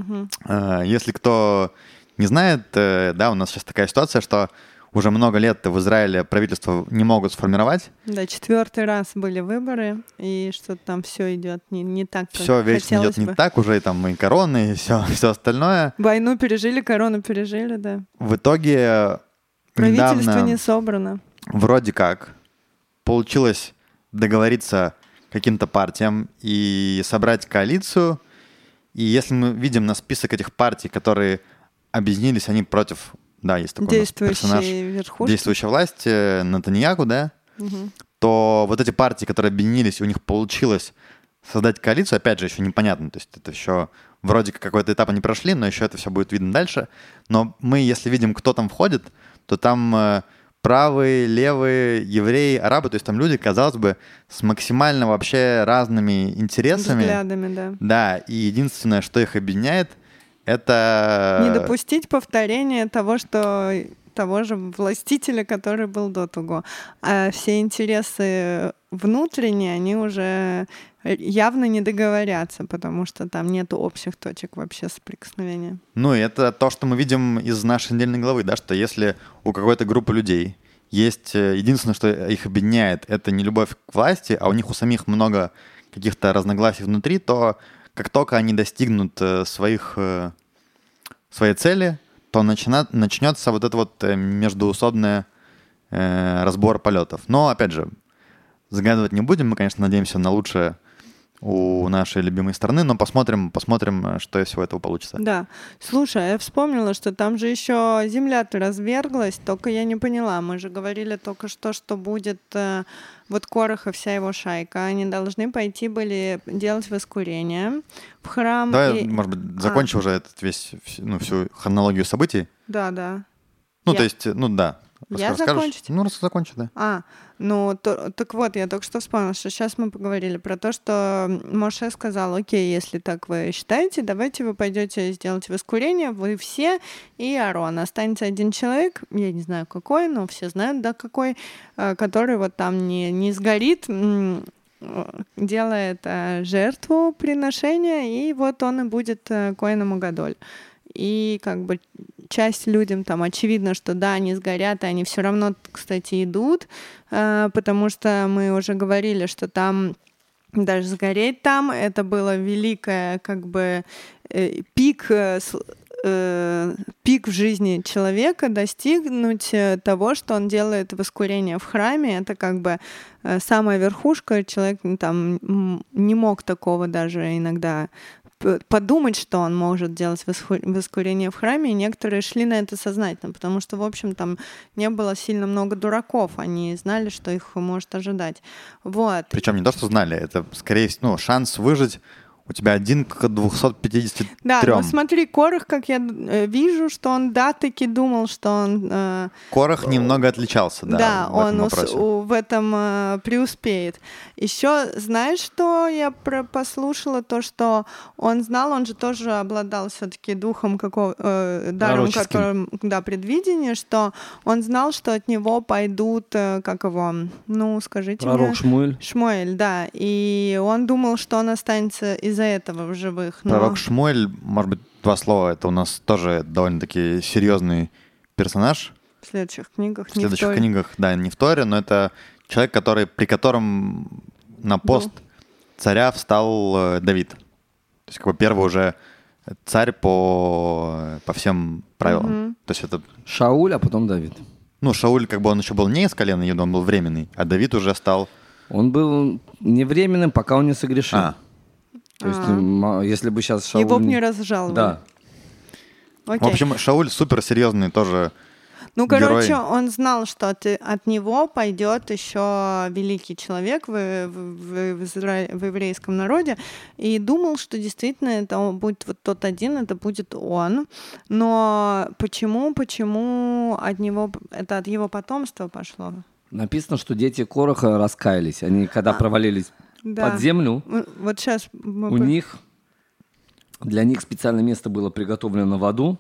Если кто не знает, да, у нас сейчас такая ситуация, что уже много лет в Израиле правительство не могут сформировать. Да, 4-й раз были выборы, и что-то там все идет не так, как все вечно идет не так, уже и там и короны, и все остальное. Войну пережили, корону пережили, да. В итоге правительство не собрано. Вроде как получилось договориться каким-то партиям и собрать коалицию. И если мы видим на список этих партий, которые объединились, они против... Да, есть такой персонаж, действующая власть, Нетаньяху, да, то вот эти партии, которые объединились, у них получилось создать коалицию, опять же, еще непонятно, то есть это еще вроде как какой-то этап они прошли, но еще это все будет видно дальше. Но мы, если видим, кто там входит, то там правые, левые, евреи, арабы, то есть там люди, казалось бы, с максимально вообще разными интересами. Взглядами, да. Да, и единственное, что их объединяет, это... Не допустить повторения того же властителя, который был до того. А все интересы внутренние, они уже явно не договорятся, потому что там нет общих точек вообще соприкосновения. Ну, и это то, что мы видим из нашей недельной главы, да, что если у какой-то группы людей есть единственное, что их объединяет, это не любовь к власти, а у них у самих много каких-то разногласий внутри, то как только они достигнут своей цели, то начнется вот это вот междуусобный разбор полетов. Но, опять же, загадывать не будем. Мы, конечно, надеемся на лучшее у нашей любимой страны, но посмотрим, что из всего этого получится. Да. Слушай, я вспомнила, что там же еще земля-то разверглась, только я не поняла. Мы же говорили только что будет вот Корах и вся его шайка. Они должны пойти были делать воскурение в храм. Давай, может быть, закончим уже всю хронологию событий. Да. То есть, да. Я Расскажешь? закончить? Ну, раз закончи, да. Так вот, я только что вспомнила, что сейчас мы поговорили про то, что Моше сказал: окей, если так вы считаете, давайте вы пойдете сделать воскурение, вы все и Аарон. Останется один человек, я не знаю какой, но все знают, да, какой, который вот там не сгорит, делает жертву приношения, и вот он и будет коэном Агадоль. И как бы часть людям там очевидно, что да, они сгорят, и они все равно, кстати, идут, потому что мы уже говорили, что там даже сгореть там, это было великое как бы пик в жизни человека, достигнуть того, что он делает воскурение в храме, это как бы самая верхушка, человек там не мог такого даже иногда подумать, что он может делать воскурение в храме, и некоторые шли на это сознательно, потому что, в общем, там не было сильно много дураков, они знали, что их может ожидать. Вот. Причем не то, что знали, это, скорее всего, шанс выжить у тебя 1 к 253. Да, но смотри, Корах, как я вижу, что он таки думал, что он... Корах немного отличался, да. Да, он в этом преуспеет. Еще знаешь, что я послушала? То, что он знал, он же тоже обладал все-таки духом, даром, которым, да, предвидение, что он знал, что от него пойдут, как его, скажите мне. Пророк Шмуэль. Шмуэль, да. И он думал, что он останется из-за этого в живых. Пророк Шмуэль, может быть, 2 слова, это у нас тоже довольно-таки серьезный персонаж. В следующих книгах. В следующих книгах, да, не в Торе, но это человек, при котором на пост царя встал Давид. То есть как бы первый уже царь по всем правилам. То есть это... Шауль, а потом Давид. Шауль, как бы он еще был не из колена Иуда, он был временный, а Давид уже стал... Он был не временным, пока он не согрешил. То есть, если бы сейчас Шауль... Его бы не разжаловали. Да. Окей. В общем, Шауль суперсерьезный тоже герой. Он знал, что от него пойдет еще великий человек в еврейском народе, и думал, что действительно это будет вот тот один, это будет он. Но почему от него, это от его потомства пошло? Написано, что дети Кораха раскаялись. Они, когда провалились под землю, вот сейчас для них специальное место было приготовлено в аду,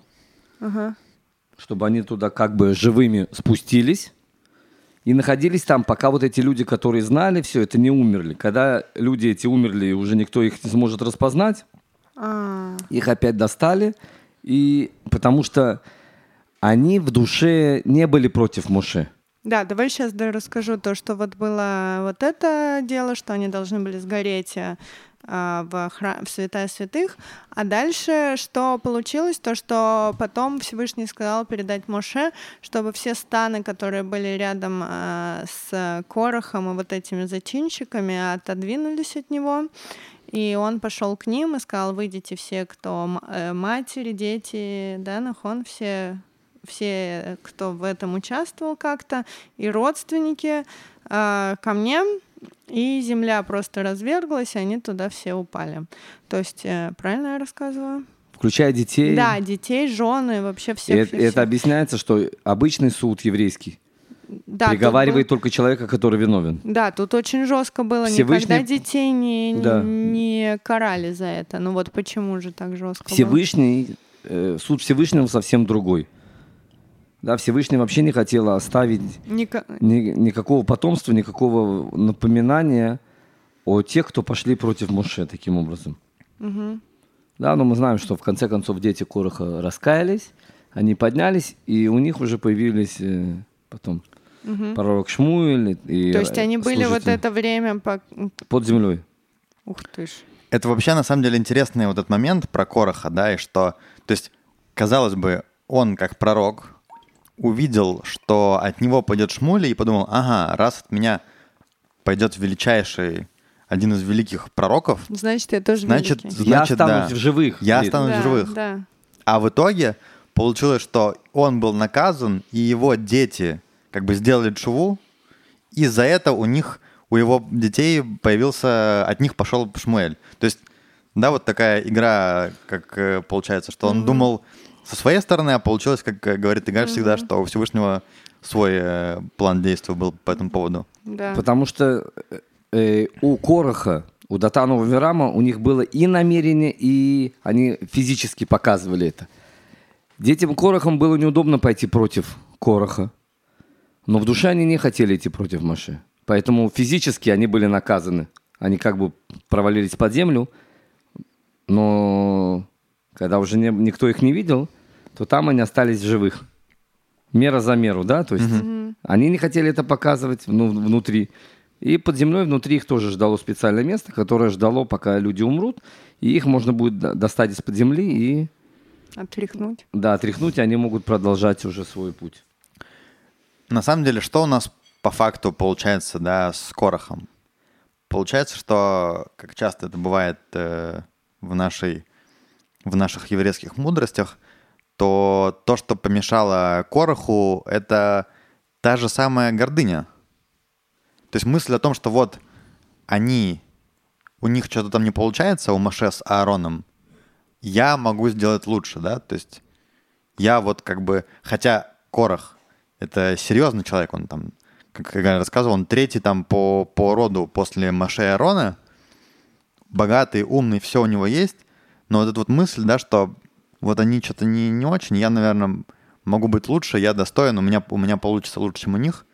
чтобы они туда как бы живыми спустились и находились там, пока вот эти люди, которые знали все это, не умерли. Когда люди эти умерли, и уже никто их не сможет распознать, их опять достали, и потому что они в душе не были против Моше. Да, давай сейчас расскажу то, что вот было вот это дело, что они должны были сгореть в святая святых, а дальше что получилось, то, что потом Всевышний сказал передать Моше, чтобы все станы, которые были рядом с Корахом и вот этими зачинщиками, отодвинулись от него, и он пошел к ним и сказал: выйдите все, кто матери, дети, да, нахон, все, кто в этом участвовал как-то, и родственники ко мне, и земля просто разверглась, и они туда все упали. То есть, правильно я рассказываю? Включая детей? Да, детей, жены, вообще всех. Это объясняется, что обычный суд еврейский приговаривает только человека, который виновен. Да, тут очень жестко было. Никогда детей не карали за это. Ну вот почему же так жестко было? Суд Всевышнего совсем другой. Да, Всевышний вообще не хотел оставить никакого потомства, никакого напоминания о тех, кто пошли против Моше таким образом. Да, но мы знаем, что в конце концов дети Кораха раскаялись, они поднялись, и у них уже появились потом пророк Шмуэль. То есть они были вот это время под землей. Ух ты ж. Это вообще на самом деле интересный вот этот момент про Кораха, да, и что, то есть, казалось бы, он как пророк увидел, что от него пойдет Шмуэль, и подумал: ага, раз от меня пойдет величайший, один из великих пророков, значит, я тоже великий. Я останусь в живых. Я останусь в живых. Да. А в итоге получилось, что он был наказан, и его дети как бы сделали тшуву, и за это у его детей от них пошел Шмуэль. То есть, да, вот такая игра, как получается, что он думал, со своей стороны, а получилось, как говорит Игаль всегда, что у Всевышнего свой план действий был по этому поводу. Да. Потому что у Кораха, у Датана, у Авирама у них было и намерение, и они физически показывали это. Детям Корахам было неудобно пойти против Кораха, но в душе они не хотели идти против Моше. Поэтому физически они были наказаны. Они как бы провалились под землю, но когда уже никто их не видел, то там они остались в живых. Мера за меру, да? То есть они не хотели это показывать внутри. И под землей внутри их тоже ждало специальное место, которое ждало, пока люди умрут, и их можно будет достать из-под земли и... Отряхнуть. Да, отряхнуть, и они могут продолжать уже свой путь. На самом деле, что у нас по факту получается, да, с Корахом? Получается, что, как часто это бывает в наших еврейских мудростях, то, что помешало Кораху, это та же самая гордыня. То есть мысль о том, что вот у них что-то там не получается, у Моше с Аароном, я могу сделать лучше, да, то есть я вот как бы, хотя Корах — это серьезный человек, он там, как я рассказывал, он третий там по роду после Моше и Аарона, богатый, умный, все у него есть, но вот эта вот мысль, да, что вот они что-то не очень, я, наверное, могу быть лучше, я достоин, у меня получится лучше, чем у них,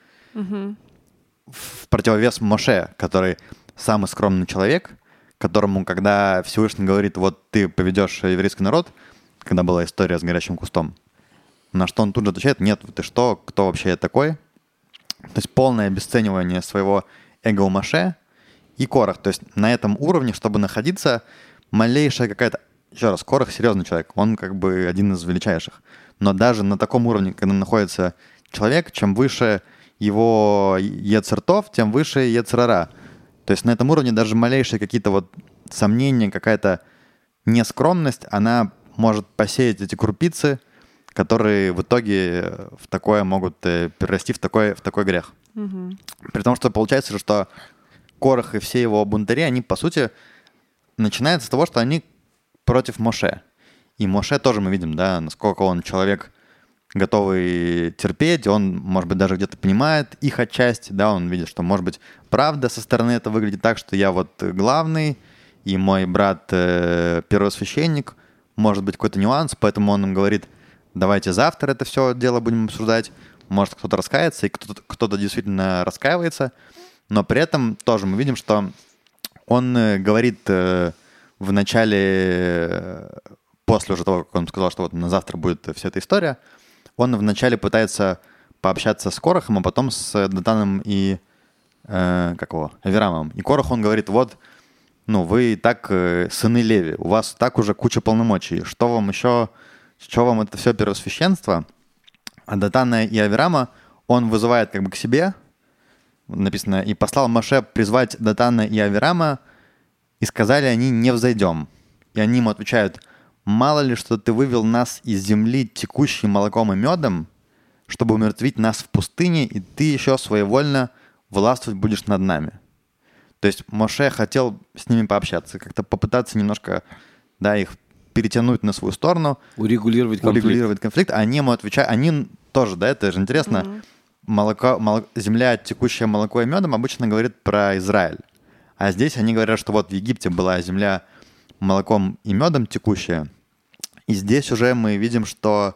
в противовес Моше, который самый скромный человек, которому, когда Всевышний говорит, вот ты поведешь еврейский народ, когда была история с горящим кустом, на что он тут же отвечает, нет, ты что, кто вообще я такой? То есть полное обесценивание своего эго у Моше и Корах. То есть на этом уровне, чтобы находиться, малейшая какая-то... Еще раз, Корах серьезный человек, он как бы один из величайших. Но даже на таком уровне, когда находится человек, чем выше его ецер-тов, тем выше ецер-ара. То есть на этом уровне даже малейшие какие-то вот сомнения, какая-то нескромность, она может посеять эти крупицы, которые в итоге в такое могут перерасти в такой грех. При том, что получается, что Корах и все его бунтари, они, по сути, начинают с того, что они против Моше. И Моше тоже мы видим, да, насколько он человек, готовый терпеть, он, может быть, даже где-то понимает их отчасти, да, он видит, что, может быть, правда со стороны это выглядит так, что я вот главный, и мой брат первосвященник, может быть, какой-то нюанс, поэтому он им говорит, давайте завтра это все дело будем обсуждать, может, кто-то раскается, и кто-то действительно раскаивается, но при этом тоже мы видим, что он говорит в начале, после уже того, как он сказал, что вот на завтра будет вся эта история, он вначале пытается пообщаться с Корахом, а потом с Датаном и Авирамом. И Корах, он говорит, вот, вы и так сыны Леви, у вас так уже куча полномочий, что вам это все первосвященство? А Датана и Авирама он вызывает как бы к себе, написано, и послал Моше призвать Датана и Авирама, и сказали они, не взойдем. И они ему отвечают, мало ли, что ты вывел нас из земли, текущей молоком и медом, чтобы умертвить нас в пустыне, и ты еще своевольно властвовать будешь над нами. То есть Моше хотел с ними пообщаться, как-то попытаться немножко, да, их перетянуть на свою сторону. Урегулировать конфликт. А они ему отвечают, они тоже, да, это же интересно, земля, текущая молоко и медом, обычно говорит про Израиль. А здесь они говорят, что вот в Египте была земля молоком и медом текущая. И здесь уже мы видим, что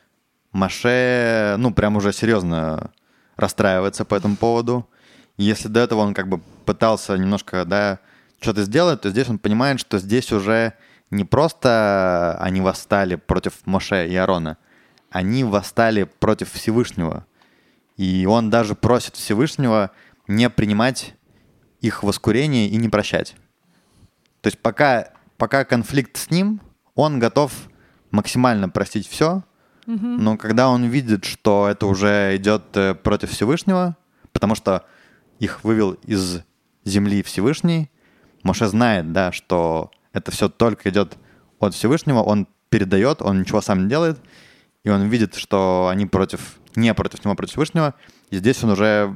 Моше, прям уже серьезно расстраивается по этому поводу. И если до этого он как бы пытался немножко, да, что-то сделать, то здесь он понимает, что здесь уже не просто они восстали против Моше и Аарона, они восстали против Всевышнего. И он даже просит Всевышнего не принимать их воскурение и не прощать. То есть пока конфликт с ним, он готов максимально простить все, но когда он видит, что это уже идет против Всевышнего, потому что их вывел из земли Всевышний, Моше знает, да, что это все только идет от Всевышнего, он передает, он ничего сам не делает, и он видит, что они не против него, против Всевышнего, и здесь он уже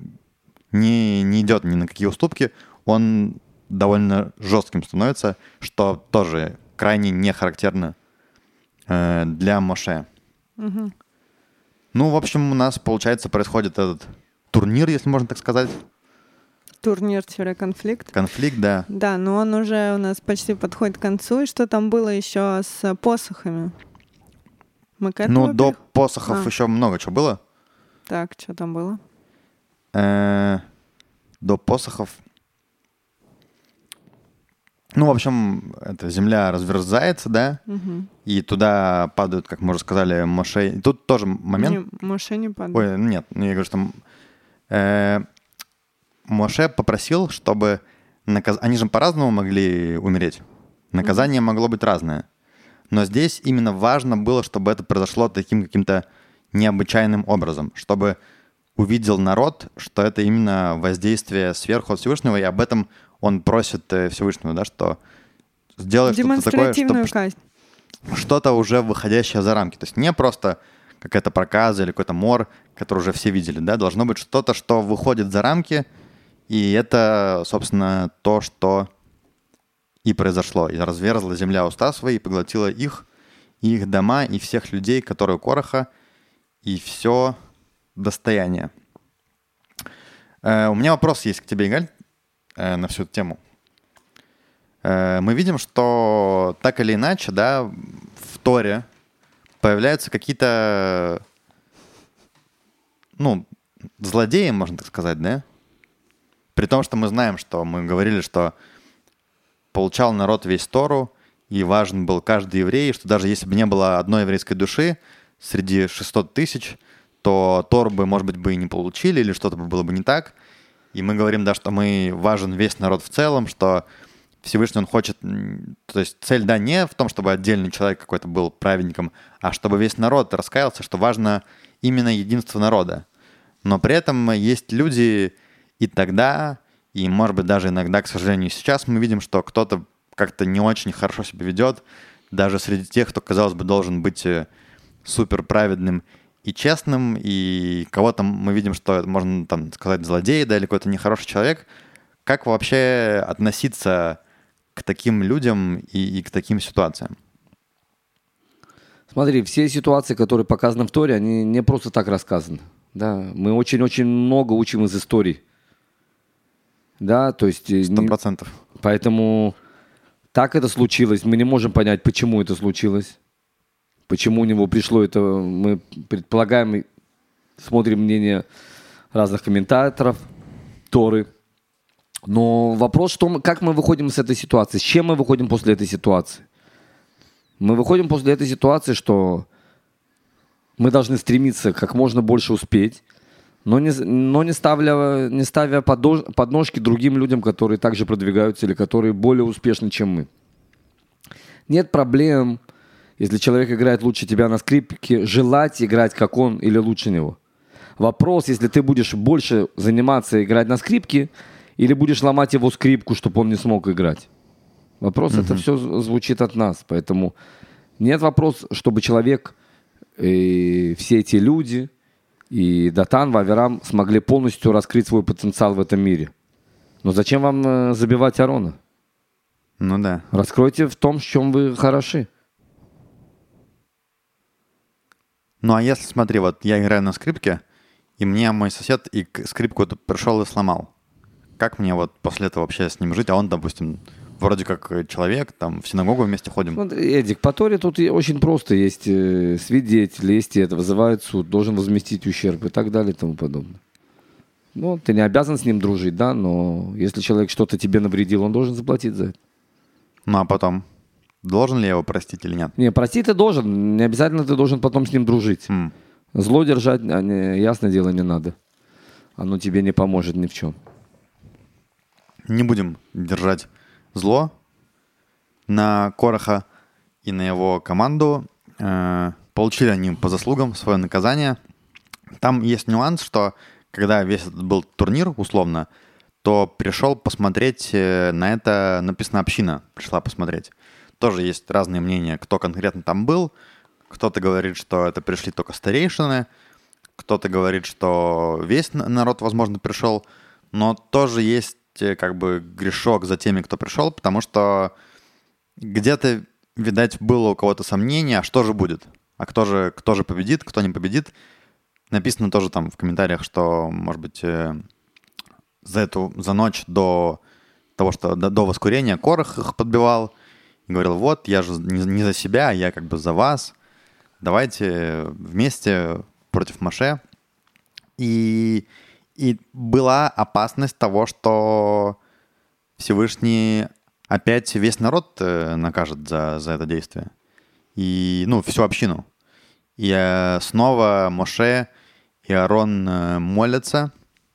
не идет ни на какие уступки, он довольно жестким становится, что тоже крайне не характерно для Моше. Мгм. Ну, в общем, у нас, получается, происходит этот турнир, если можно так сказать. Турнир-конфликт. Конфликт, да. Да, но он уже у нас почти подходит к концу. И что там было еще с посохами? Мы к этому Ну, до перех- посохов А. еще много чего было. Так, что там было? До посохов. Ну, в общем, эта земля разверзается, да, Мгм. и туда падают, как мы уже сказали, Моше. И тут тоже момент. Моше не падает. Ой, нет, я говорю, что Моше попросил, чтобы они же по-разному могли умереть. Наказание могло быть разное. Но здесь именно важно было, чтобы это произошло таким каким-то необычайным образом, чтобы увидел народ, что это именно воздействие сверху от Всевышнего, и об этом он просит Всевышнего, да, что сделай что-то такое, Демонстративную чтобы казнь. что-то уже выходящее за рамки. То есть не просто какая-то проказа или какой-то мор, который уже все видели, да, должно быть что-то, что выходит за рамки, и это, собственно, то, что и произошло. И разверзла земля уста свои, и поглотила их, и их дома, и всех людей, которые у Кораха, и все достояние. У меня вопрос есть к тебе, Игаль, на всю эту тему. Мы видим, что так или иначе, да, в Торе появляются какие-то, ну, злодеи, можно так сказать, да? При том, что мы знаем, что мы говорили, что получал народ весь Тору, и важен был каждый еврей, что даже если бы не было одной еврейской души среди 600 тысяч, то Тору бы, может быть, бы и не получили, или что-то было бы не так. И мы говорим, да, что важен весь народ в целом, что Всевышний, он хочет... То есть цель, да, не в том, чтобы отдельный человек какой-то был праведником, а чтобы весь народ раскаялся, что важно именно единство народа. Но при этом есть люди и тогда, и, может быть, даже иногда, к сожалению, сейчас мы видим, что кто-то как-то не очень хорошо себя ведет, даже среди тех, кто, казалось бы, должен быть супер праведным и честным, и кого-то мы видим, что это можно там сказать злодей, да, или какой-то нехороший человек. Как вообще относиться к таким людям и к таким ситуациям? Смотри, все ситуации, которые показаны в Торе, они не просто так рассказаны. Да? Мы очень-очень много учим из историй. Да, то есть... 100%. Поэтому так это случилось. Мы не можем понять, почему это случилось. Почему у него пришло это. Мы предполагаем, смотрим мнение разных комментаторов Торы. Но вопрос в том, как мы выходим из этой ситуации. С чем мы выходим после этой ситуации? Мы выходим после этой ситуации, что мы должны стремиться как можно больше успеть, но не ставя подножки другим людям, которые также продвигаются или которые более успешны, чем мы. Нет проблем, если человек играет лучше тебя на скрипке, желать играть, как он, или лучше него. Вопрос, если ты будешь больше заниматься играть на скрипке, или будешь ломать его скрипку, чтобы он не смог играть. Вопрос, это все звучит от нас. Поэтому нет вопроса, чтобы человек, все эти люди, и Датан, Ваверам смогли полностью раскрыть свой потенциал в этом мире. Но зачем вам забивать Аарона? Ну да. Раскройте в том, в чем вы хороши. Ну а если, смотри, вот я играю на скрипке, и мне мой сосед и скрипку эту пришел и сломал. Как мне вот после этого вообще с ним жить? А он, допустим, вроде как человек, там в синагогу вместе ходим. Смотри, Эдик, по Торе тут очень просто. Есть свидетели, есть это, вызывают суд, должен возместить ущерб и так далее и тому подобное. Ну, ты не обязан с ним дружить, да, но если человек что-то тебе навредил, он должен заплатить за это. Ну а потом, должен ли я его простить или нет? Не, простить ты должен, не обязательно ты должен потом с ним дружить. Зло держать, ясное дело, не надо. Оно тебе не поможет ни в чем. Не будем держать зло на Кораха и на его команду. Получили они по заслугам свое наказание. Там есть нюанс, что когда весь этот был турнир, условно, то пришел посмотреть на это, написано, община пришла посмотреть. Тоже есть разные мнения, кто конкретно там был. Кто-то говорит, что это пришли только старейшины. Кто-то говорит, что весь народ, возможно, пришел. Но тоже есть как бы грешок за теми, кто пришел, потому что где-то видать, было у кого-то сомнение, а что же будет? А кто же победит, кто не победит? Написано тоже там в комментариях, что, может быть, за ночь до того, что до воскурения Корах их подбивал и говорил: вот, я же не за себя, я как бы за вас. Давайте вместе против Моше. И была опасность того, что Всевышний опять весь народ накажет за это действие. И, всю общину. И снова Моше и Аарон молятся.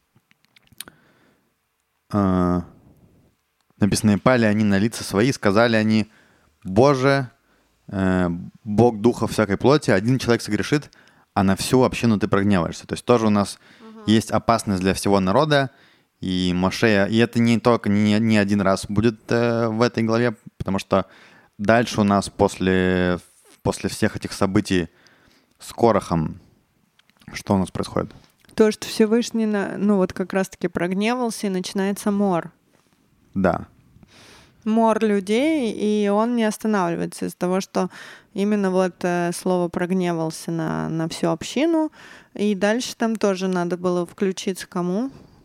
Написано: «И пали они на лица свои, сказали они: Боже, Бог духа всякой плоти, один человек согрешит, а на всю общину ты прогневаешься». То есть тоже у нас есть опасность для всего народа. И Моше, и это не только не один раз будет в этой главе, потому что дальше у нас после всех этих событий с Корахом, что у нас происходит? То, что Всевышний, как раз-таки прогневался, и начинается мор. Да. Мор людей, и он не останавливается из-за того, что именно слово «прогневался» на всю общину. И дальше там тоже надо было включиться кому?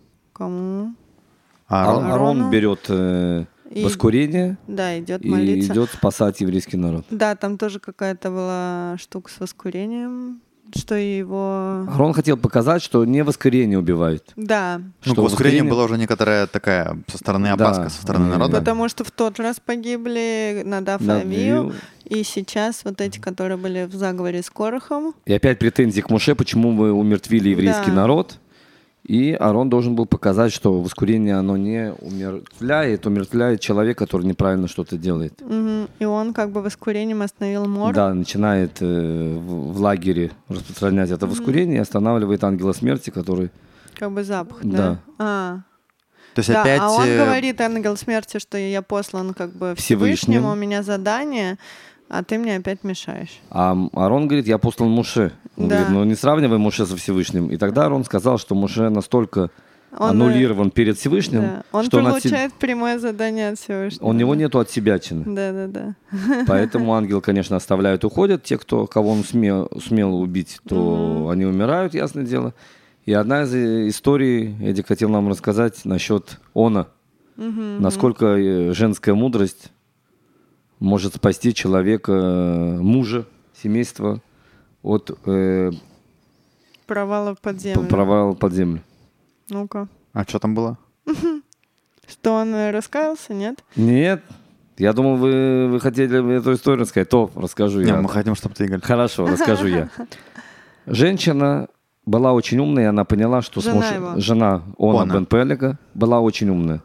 Аарон берет воскурение, идет молиться. И идет спасать еврейский народ. Да, там тоже какая-то была штука с воскурением, что его... Аарон хотел показать, что не воскурение убивает. Да. К воскурению была уже некоторая такая со стороны опаска, со стороны народа. Потому что в тот раз погибли Надав и Авию, и сейчас эти, которые были в заговоре с Корахом. И опять претензии к Моше, почему вы умертвили еврейский народ. И Аарон должен был показать, что воскурение, оно не умертвляет человека, который неправильно что-то делает. И он воскурением остановил мор. Да, начинает в лагере распространять это воскурение и останавливает ангела смерти, который... запах, да? Да. То есть опять... А он говорит, ангел смерти, что я послан Всевышнему, у меня задание, а ты мне опять мешаешь. А Аарон говорит: я послан Моше. Он говорит: не сравнивай Моше со Всевышним. И тогда Аарон сказал, что Моше настолько аннулирован перед Всевышним, он что получает прямое задание от Всевышнего. У него нету отсебячины. Да. Поэтому ангел, конечно, оставляют, уходят. Те, кого он сумел убить, то они умирают, ясное дело. И одна из историй, Эдик хотел нам рассказать насчет Она. Насколько женская мудрость может спасти человека, мужа, семейства от провала под землю. Ну-ка. А что там было? Что он раскаялся, нет? Нет. Я думал, вы хотели эту историю рассказать. То расскажу я. Мы хотим, чтобы ты, Игорь. Хорошо, расскажу я. Женщина была очень умная, и она поняла, что жена Она бен Пелега была очень умная.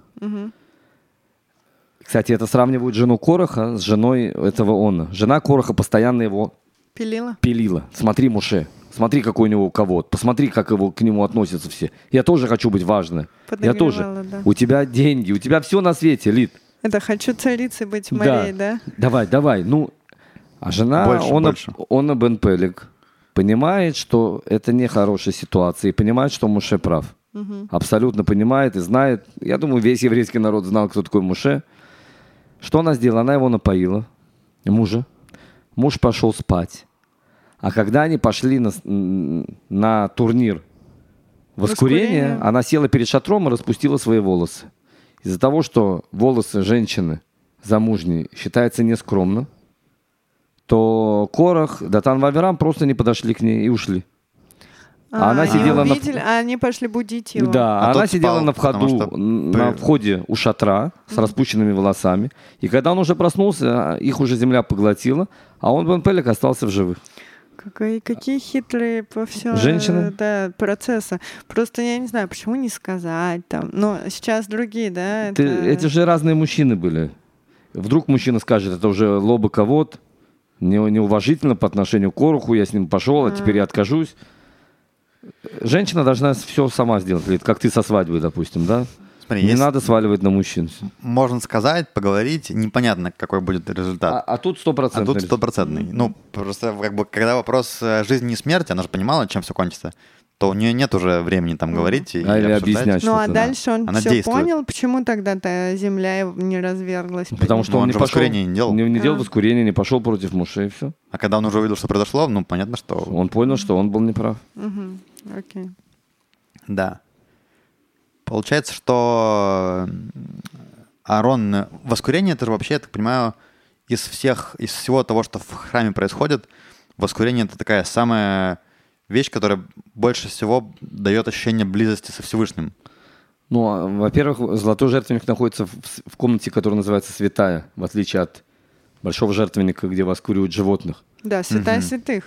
Кстати, это сравнивают жену Кораха с женой этого Она. Жена Кораха постоянно его пилила. Смотри, Моше, смотри, какой у него ковод. Посмотри, как к нему относятся все. Я тоже хочу быть важной. Я тоже. Да. У тебя деньги, у тебя все на свете, Лид. Это хочу царицей быть морей, да? Давай. А жена Она бен Пелег понимает, что это не хорошая ситуация, и понимает, что Моше прав. Абсолютно понимает и знает. Я думаю, весь еврейский народ знал, кто такой Моше. Что она сделала? Она его напоила, мужа. Муж пошел спать. А когда они пошли на турнир воскурения, она села перед шатром и распустила свои волосы. Из-за того, что волосы женщины замужней считается нескромно, то Корах, Датан и Авирам просто не подошли к ней и ушли. Она сидела они пошли будить его. Да, она сидела на входу, на входе у шатра с распущенными волосами. И когда он уже проснулся, их уже земля поглотила, а он, бен Пелег, остался в живых. Какие хитрые по всему процессы. Просто я не знаю, почему не сказать там. Но сейчас другие, да? Эти же разные мужчины были. Вдруг мужчина скажет: это уже лобоковод, неуважительно по отношению к Кораху, я с ним пошел, а теперь я откажусь. Женщина должна все сама сделать, как ты со свадьбой, допустим, да? Смотри, не надо сваливать на мужчин. Можно сказать, поговорить, непонятно, какой будет результат. А тут 100%. А тут 100%. Просто когда вопрос жизни и смерти, она же понимала, чем все кончится. то у нее нет уже времени там говорить и или обсуждать. объяснять Ну, а что-то. дальше он Она все действует. понял, почему тогда-то земля не разверглась. Потому что Ну, он он не же пошел, воскурение не делал. не делал воскурение, не пошел против Моше, и все. А когда он уже увидел, что произошло, ну, понятно, что... Он понял, что он был неправ. Окей. Да. Получается, что Аарон... Воскурение, это же вообще, я так понимаю, из всего того, что в храме происходит, воскурение — это такая самая вещь, которая больше всего дает ощущение близости со Всевышним. Ну, во-первых, золотой жертвенник находится в комнате, которая называется святая, в отличие от большого жертвенника, где воскуривают животных. Да, святая святых.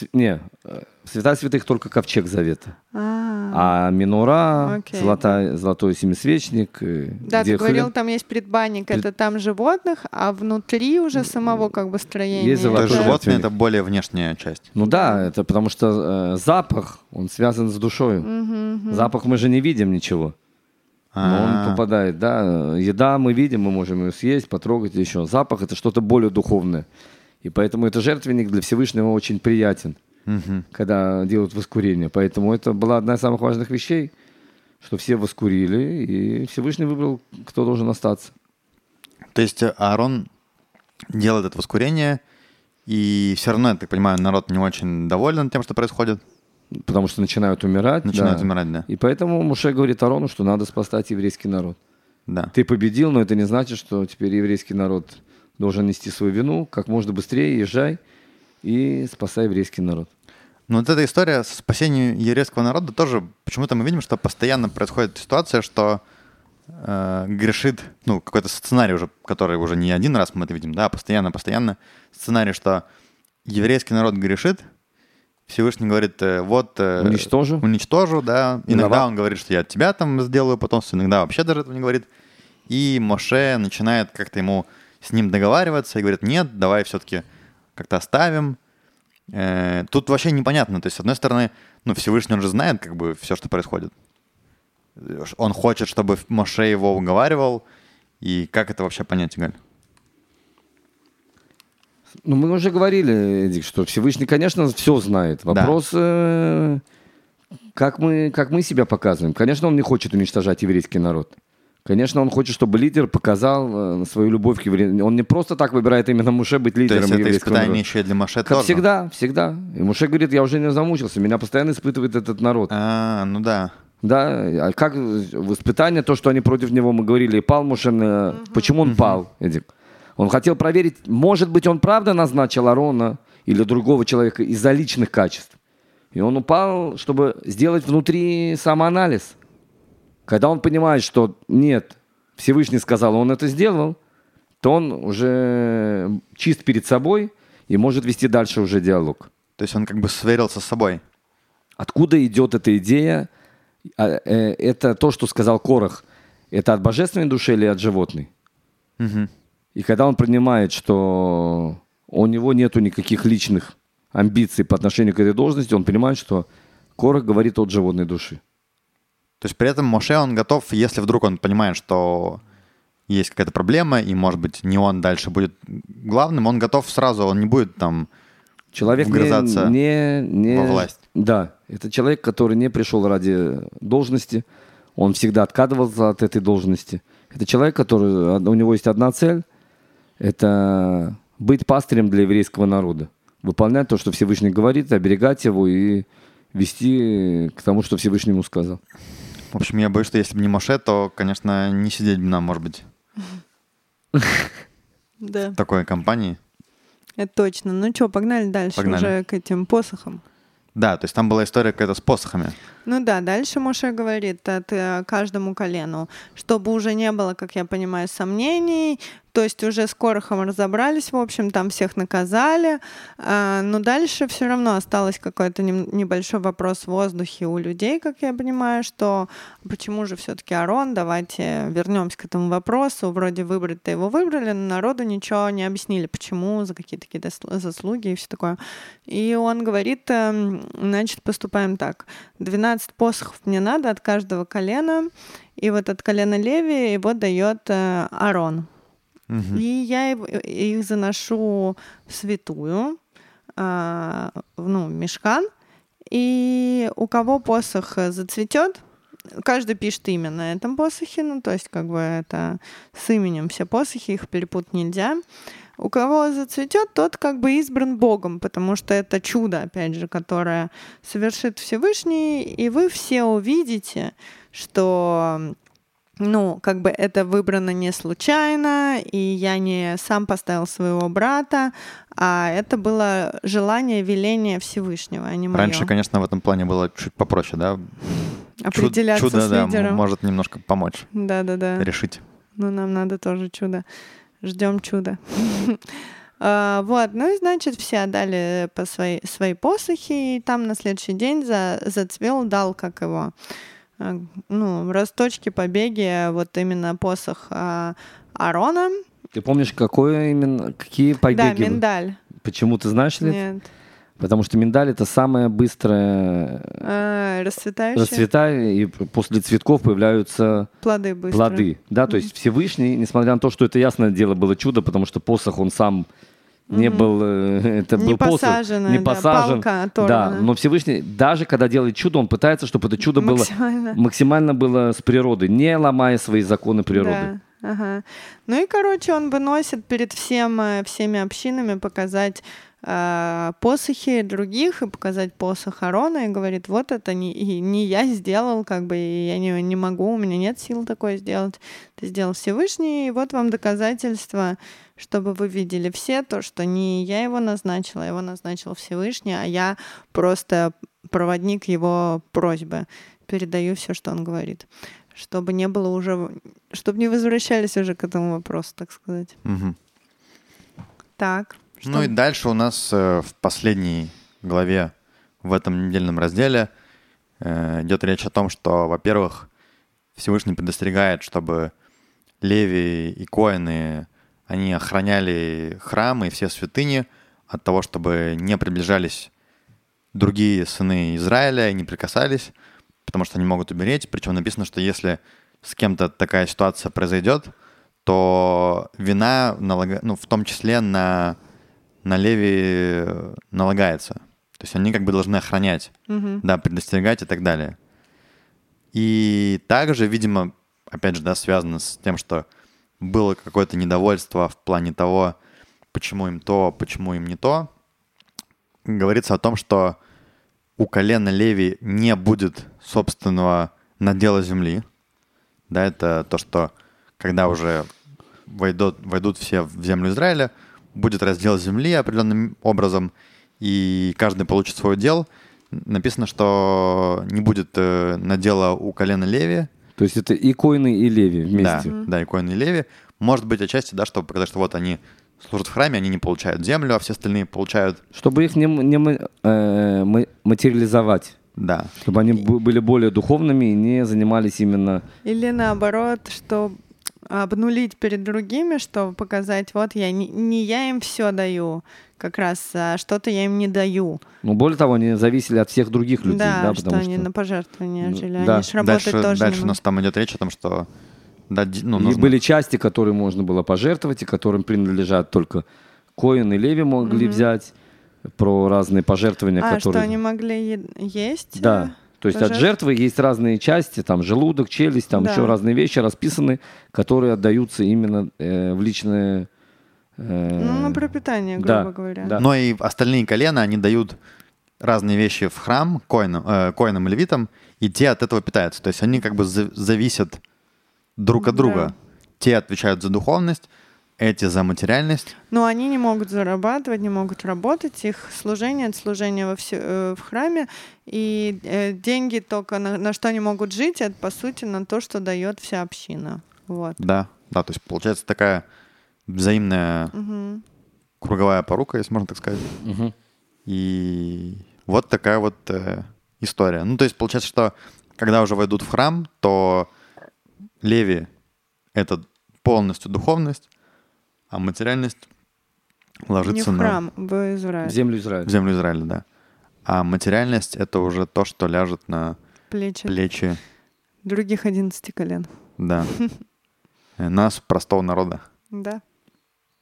Святая святых только ковчег завета. А, А минора, Окей. золотой семисвечник, да, где ты говорил, хлеб. там есть предбанник, это там животных, а внутри уже самого как бы строения. Есть То золотой есть это- жертвенник. животные — это более внешняя часть. Ну да, это потому что запах, он связан с душой. Запах мы же не видим ничего. Но он попадает, да. Еда мы видим, мы можем ее съесть, потрогать еще. Запах — это что-то более духовное. И поэтому это жертвенник для Всевышнего очень приятен, когда делают воскурение. Поэтому это была одна из самых важных вещей, что все воскурили, и Всевышний выбрал, кто должен остаться. То есть Аарон делает это воскурение, и все равно, я так понимаю, народ не очень доволен тем, что происходит. Потому что начинают умирать. Начинают да. умирать, да. И поэтому Моше говорит Аарону, что надо спасать еврейский народ. Да. Ты победил, но это не значит, что теперь еврейский народ должен нести свою вину. Как можно быстрее езжай и спасай еврейский народ. Но вот эта история с спасением еврейского народа тоже, почему-то мы видим, что постоянно происходит ситуация, что грешит, ну, какой-то сценарий уже, который уже не один раз мы это видим, да, постоянно сценарий, что еврейский народ грешит, Всевышний говорит, вот... Уничтожу, да. Иногда он говорит, что я от тебя там сделаю потомство, иногда вообще даже этого не говорит. И Моше начинает как-то ему с ним договариваться и говорит, нет, давай все-таки как-то оставим. Тут вообще непонятно. То есть, с одной стороны, ну, Всевышний, он же знает как бы все, что происходит. Он хочет, чтобы Моше его уговаривал. И как это вообще понять, Галь? Ну, мы уже говорили, Эдик, что Всевышний, конечно, все знает. Вопрос, как мы себя показываем. Конечно, он не хочет уничтожать еврейский народ. Конечно, он хочет, чтобы лидер показал свою любовь к евреям. Он не просто так выбирает именно Моше быть лидером еврейского народа. То есть это испытание еще и для Моше тоже? Всегда. И Моше говорит, я уже не замучился, меня постоянно испытывает этот народ. Ну да. Да, а как в испытании то, что они против него, мы говорили, и пал Моше, почему он пал, Эдик? Он хотел проверить, может быть, он правда назначил Аарона или другого человека из-за личных качеств. И он упал, чтобы сделать внутри самоанализ. Когда он понимает, что нет, Всевышний сказал, он это сделал, то он уже чист перед собой и может вести дальше уже диалог. То есть он как бы сверился с собой. Откуда идет эта идея? Это то, что сказал Корах. Это от божественной души или от животной? И когда он понимает, что у него нету никаких личных амбиций по отношению к этой должности, он понимает, что Корах говорит от животной души. То есть при этом Моше, он готов, если вдруг он понимает, что есть какая-то проблема, и, может быть, не он дальше будет главным, он готов сразу, он не будет там вгрызаться во власть. Да, это человек, который не пришел ради должности, он всегда отказывался от этой должности. Это человек, который, у него есть одна цель, это быть пастырем для еврейского народа. Выполнять то, что Всевышний говорит, оберегать его и вести к тому, что Всевышний ему сказал. В общем, я боюсь, что если бы не Моше, то, конечно, не сидеть бы нам, может быть, в такой компании. Это точно. Ну что, погнали дальше уже к этим посохам. Да, то есть там была история какая-то с посохами. Ну да, дальше Моше говорит от каждому колену, чтобы уже не было, как я понимаю, сомнений. То есть уже с Корахом разобрались, в общем, там всех наказали. Но дальше все равно осталось какой-то небольшой вопрос в воздухе у людей, как я понимаю, что почему же все-таки Аарон, давайте вернемся к этому вопросу. Вроде выбрать-то его выбрали, но народу ничего не объяснили, почему, за какие-то такие заслуги и все такое. И он говорит, значит, поступаем так. 12 посохов мне надо от каждого колена, и вот от колена Леви его дает Аарон. И я их заношу в святую, в мишкан, И у кого посох зацветет, каждый пишет имя на этом посохе, ну, то есть как бы это с именем все посохи, их перепутать нельзя. У кого зацветет, тот как бы избран Богом, потому что это чудо, опять же, которое совершит Всевышний, и вы все увидите, что, ну, как бы это выбрано не случайно, и я не сам поставил своего брата, а это было желание, веление Всевышнего, а не мое. Раньше, конечно, в этом плане было чуть попроще, да? Определяться чудо, с лидером. Да, может немножко помочь. Да. Решить. Ну, нам надо тоже чудо. Ждем чуда. Вот, ну и значит, все отдали по свои посохи, и там на следующий день зацвел, дал, как его, ну, росточки, побеги, вот именно посох Аарона. Ты помнишь, какие побеги? Да, миндаль. Почему, ты знаешь ли? Нет. Потому что миндаль — это самое быстрое расцветает, и после цветков появляются плоды быстро. Плоды, да, то есть Всевышний, несмотря на то, что это, ясное дело, было чудо, потому что посох, он сам не был, это был посох, не посажен, палка оторвана. Да, но Всевышний, даже когда делает чудо, он пытается, чтобы это чудо максимально было с природы, не ломая свои законы природы. Да, ага. Ну и, короче, он выносит перед всеми общинами показать посохи других и показать посох Аарона, и говорит, вот это не я сделал, как бы, и я не могу, у меня нет сил такое сделать. Это сделал Всевышний, и вот вам доказательство, чтобы вы видели все то, что не я его назначила, его назначил Всевышний, а я просто проводник его просьбы, передаю все, что он говорит. Чтобы не было уже, чтобы не возвращались уже к этому вопросу, так сказать. Угу. Так. Что? Ну и дальше у нас в последней главе в этом недельном разделе идет речь о том, что, во-первых, Всевышний предостерегает, чтобы Леви и Коэны, они охраняли храмы и все святыни от того, чтобы не приближались другие сыны Израиля и не прикасались, потому что они могут умереть. Причем написано, что если с кем-то такая ситуация произойдет, то вина, в том числе на Леви налагается. То есть они как бы должны охранять, да, предостерегать и так далее. И также, видимо, опять же, да, связано с тем, что было какое-то недовольство в плане того, почему им то, почему им не то. Говорится о том, что у колена Леви не будет собственного надела земли. Да, это то, что когда уже войдут все в землю Израиля, будет раздел земли определенным образом, и каждый получит свой удел. Написано, что не будет надела у колена Леви. То есть это и Коэны, и Леви вместе. Да, и Коэны, и Леви. Может быть, отчасти, да, чтобы показать, что вот они служат в храме, они не получают землю, а все остальные получают... Чтобы их не материализовать. Да. Чтобы они были более духовными и не занимались именно... Или наоборот, что обнулить перед другими, чтобы показать, вот я не я им все даю, как раз, а что-то я им не даю. Ну, более того, они зависели от всех других людей. Да, потому что они на пожертвования жили. Да. Они ж работать тоже Дальше у нас там идет речь о том, что... Да, нужно... Были части, которые можно было пожертвовать, и которым принадлежат только Коэн и Леви могли взять, про разные пожертвования, которые... что они могли есть? Да. То есть от жертвы есть разные части, там желудок, челюсть, там еще разные вещи расписаны, которые отдаются именно в личное... на пропитание, грубо говоря. Да. Но и остальные колена, они дают разные вещи в храм коэнам и левитам, и те от этого питаются. То есть они как бы зависят друг от друга. Да. Те отвечают за духовность, эти за материальность. Но они не могут зарабатывать, не могут работать. Их служение — это служение в храме. И деньги только на что они могут жить, это, по сути, на то, что дает вся община. Вот. Да, то есть получается такая взаимная круговая порука, если можно так сказать. И вот такая вот история. Ну, то есть получается, что когда уже войдут в храм, то Леви — это полностью духовность, а материальность ложится не в храм, в Израиль. В землю Израиля. В землю Израиля, да. А материальность — это уже то, что ляжет на плечи других 11 колен. Да. Нас, простого народа. Да.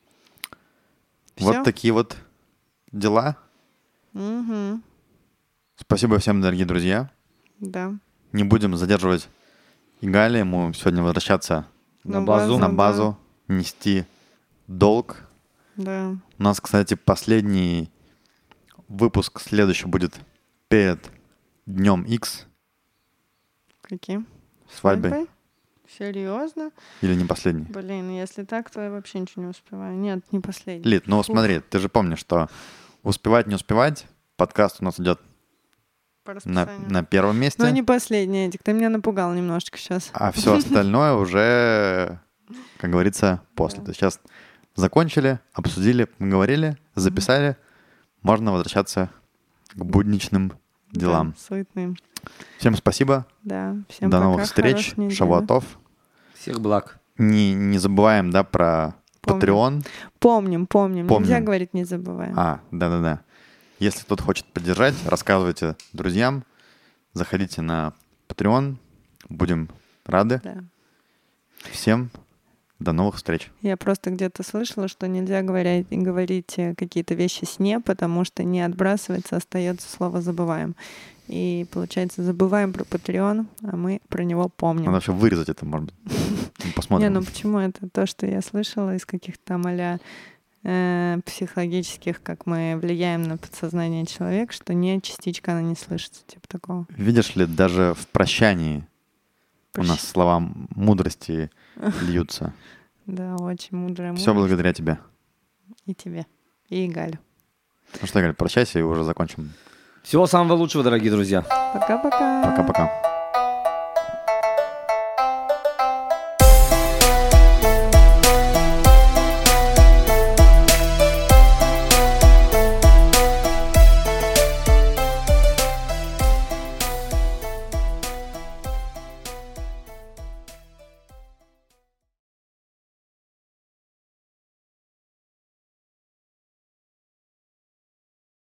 Вот Всё? такие вот дела. Угу. Спасибо всем, дорогие друзья. Да. Не будем задерживать Игали. Ему сегодня возвращаться На базу. на базу, нести долг. Да. У нас, кстати, последний выпуск следующий будет перед Днем X. Каким? Свадьбой. Серьезно? Или не последний? Блин, если так, то я вообще ничего не успеваю. Нет, не последний. Лид, ну смотри, ты же помнишь, что успевать, не успевать, подкаст у нас идет По расписанию. на первом месте, Но не последний, Эдик. Ты меня напугал немножечко сейчас. а все остальное уже, как говорится, после. Да. То есть сейчас закончили, обсудили, поговорили, записали, можно возвращаться к будничным делам. Да, суетным. Всем спасибо, Да. Всем до пока. новых встреч, Хорошей недели. шавуатов. Всех благ. Не забываем, да, про Помним. Patreon. Помним. Помним. Нельзя говорить не забываем. Да. Если кто-то хочет поддержать, рассказывайте друзьям, заходите на Patreon, будем рады. Да. Всем до новых встреч. Я просто где-то слышала, что нельзя говорить какие-то вещи сне, потому что не отбрасывается, остается слово «забываем». И получается, забываем про Patreon, а мы про него помним. Надо вообще вырезать это, может быть. Не, Посмотрим. ну почему? Это то, что я слышала из каких-то там а-ля психологических, как мы влияем на подсознание человека, что не частичка она не слышится, типа такого. Видишь ли, даже в прощании у нас слова мудрости льются. Да, очень мудрая Все мудрость. благодаря тебе. И тебе, и Галю. Ну что, Галь, прощайся и уже закончим. Всего самого лучшего, дорогие друзья. Пока-пока. Пока-пока.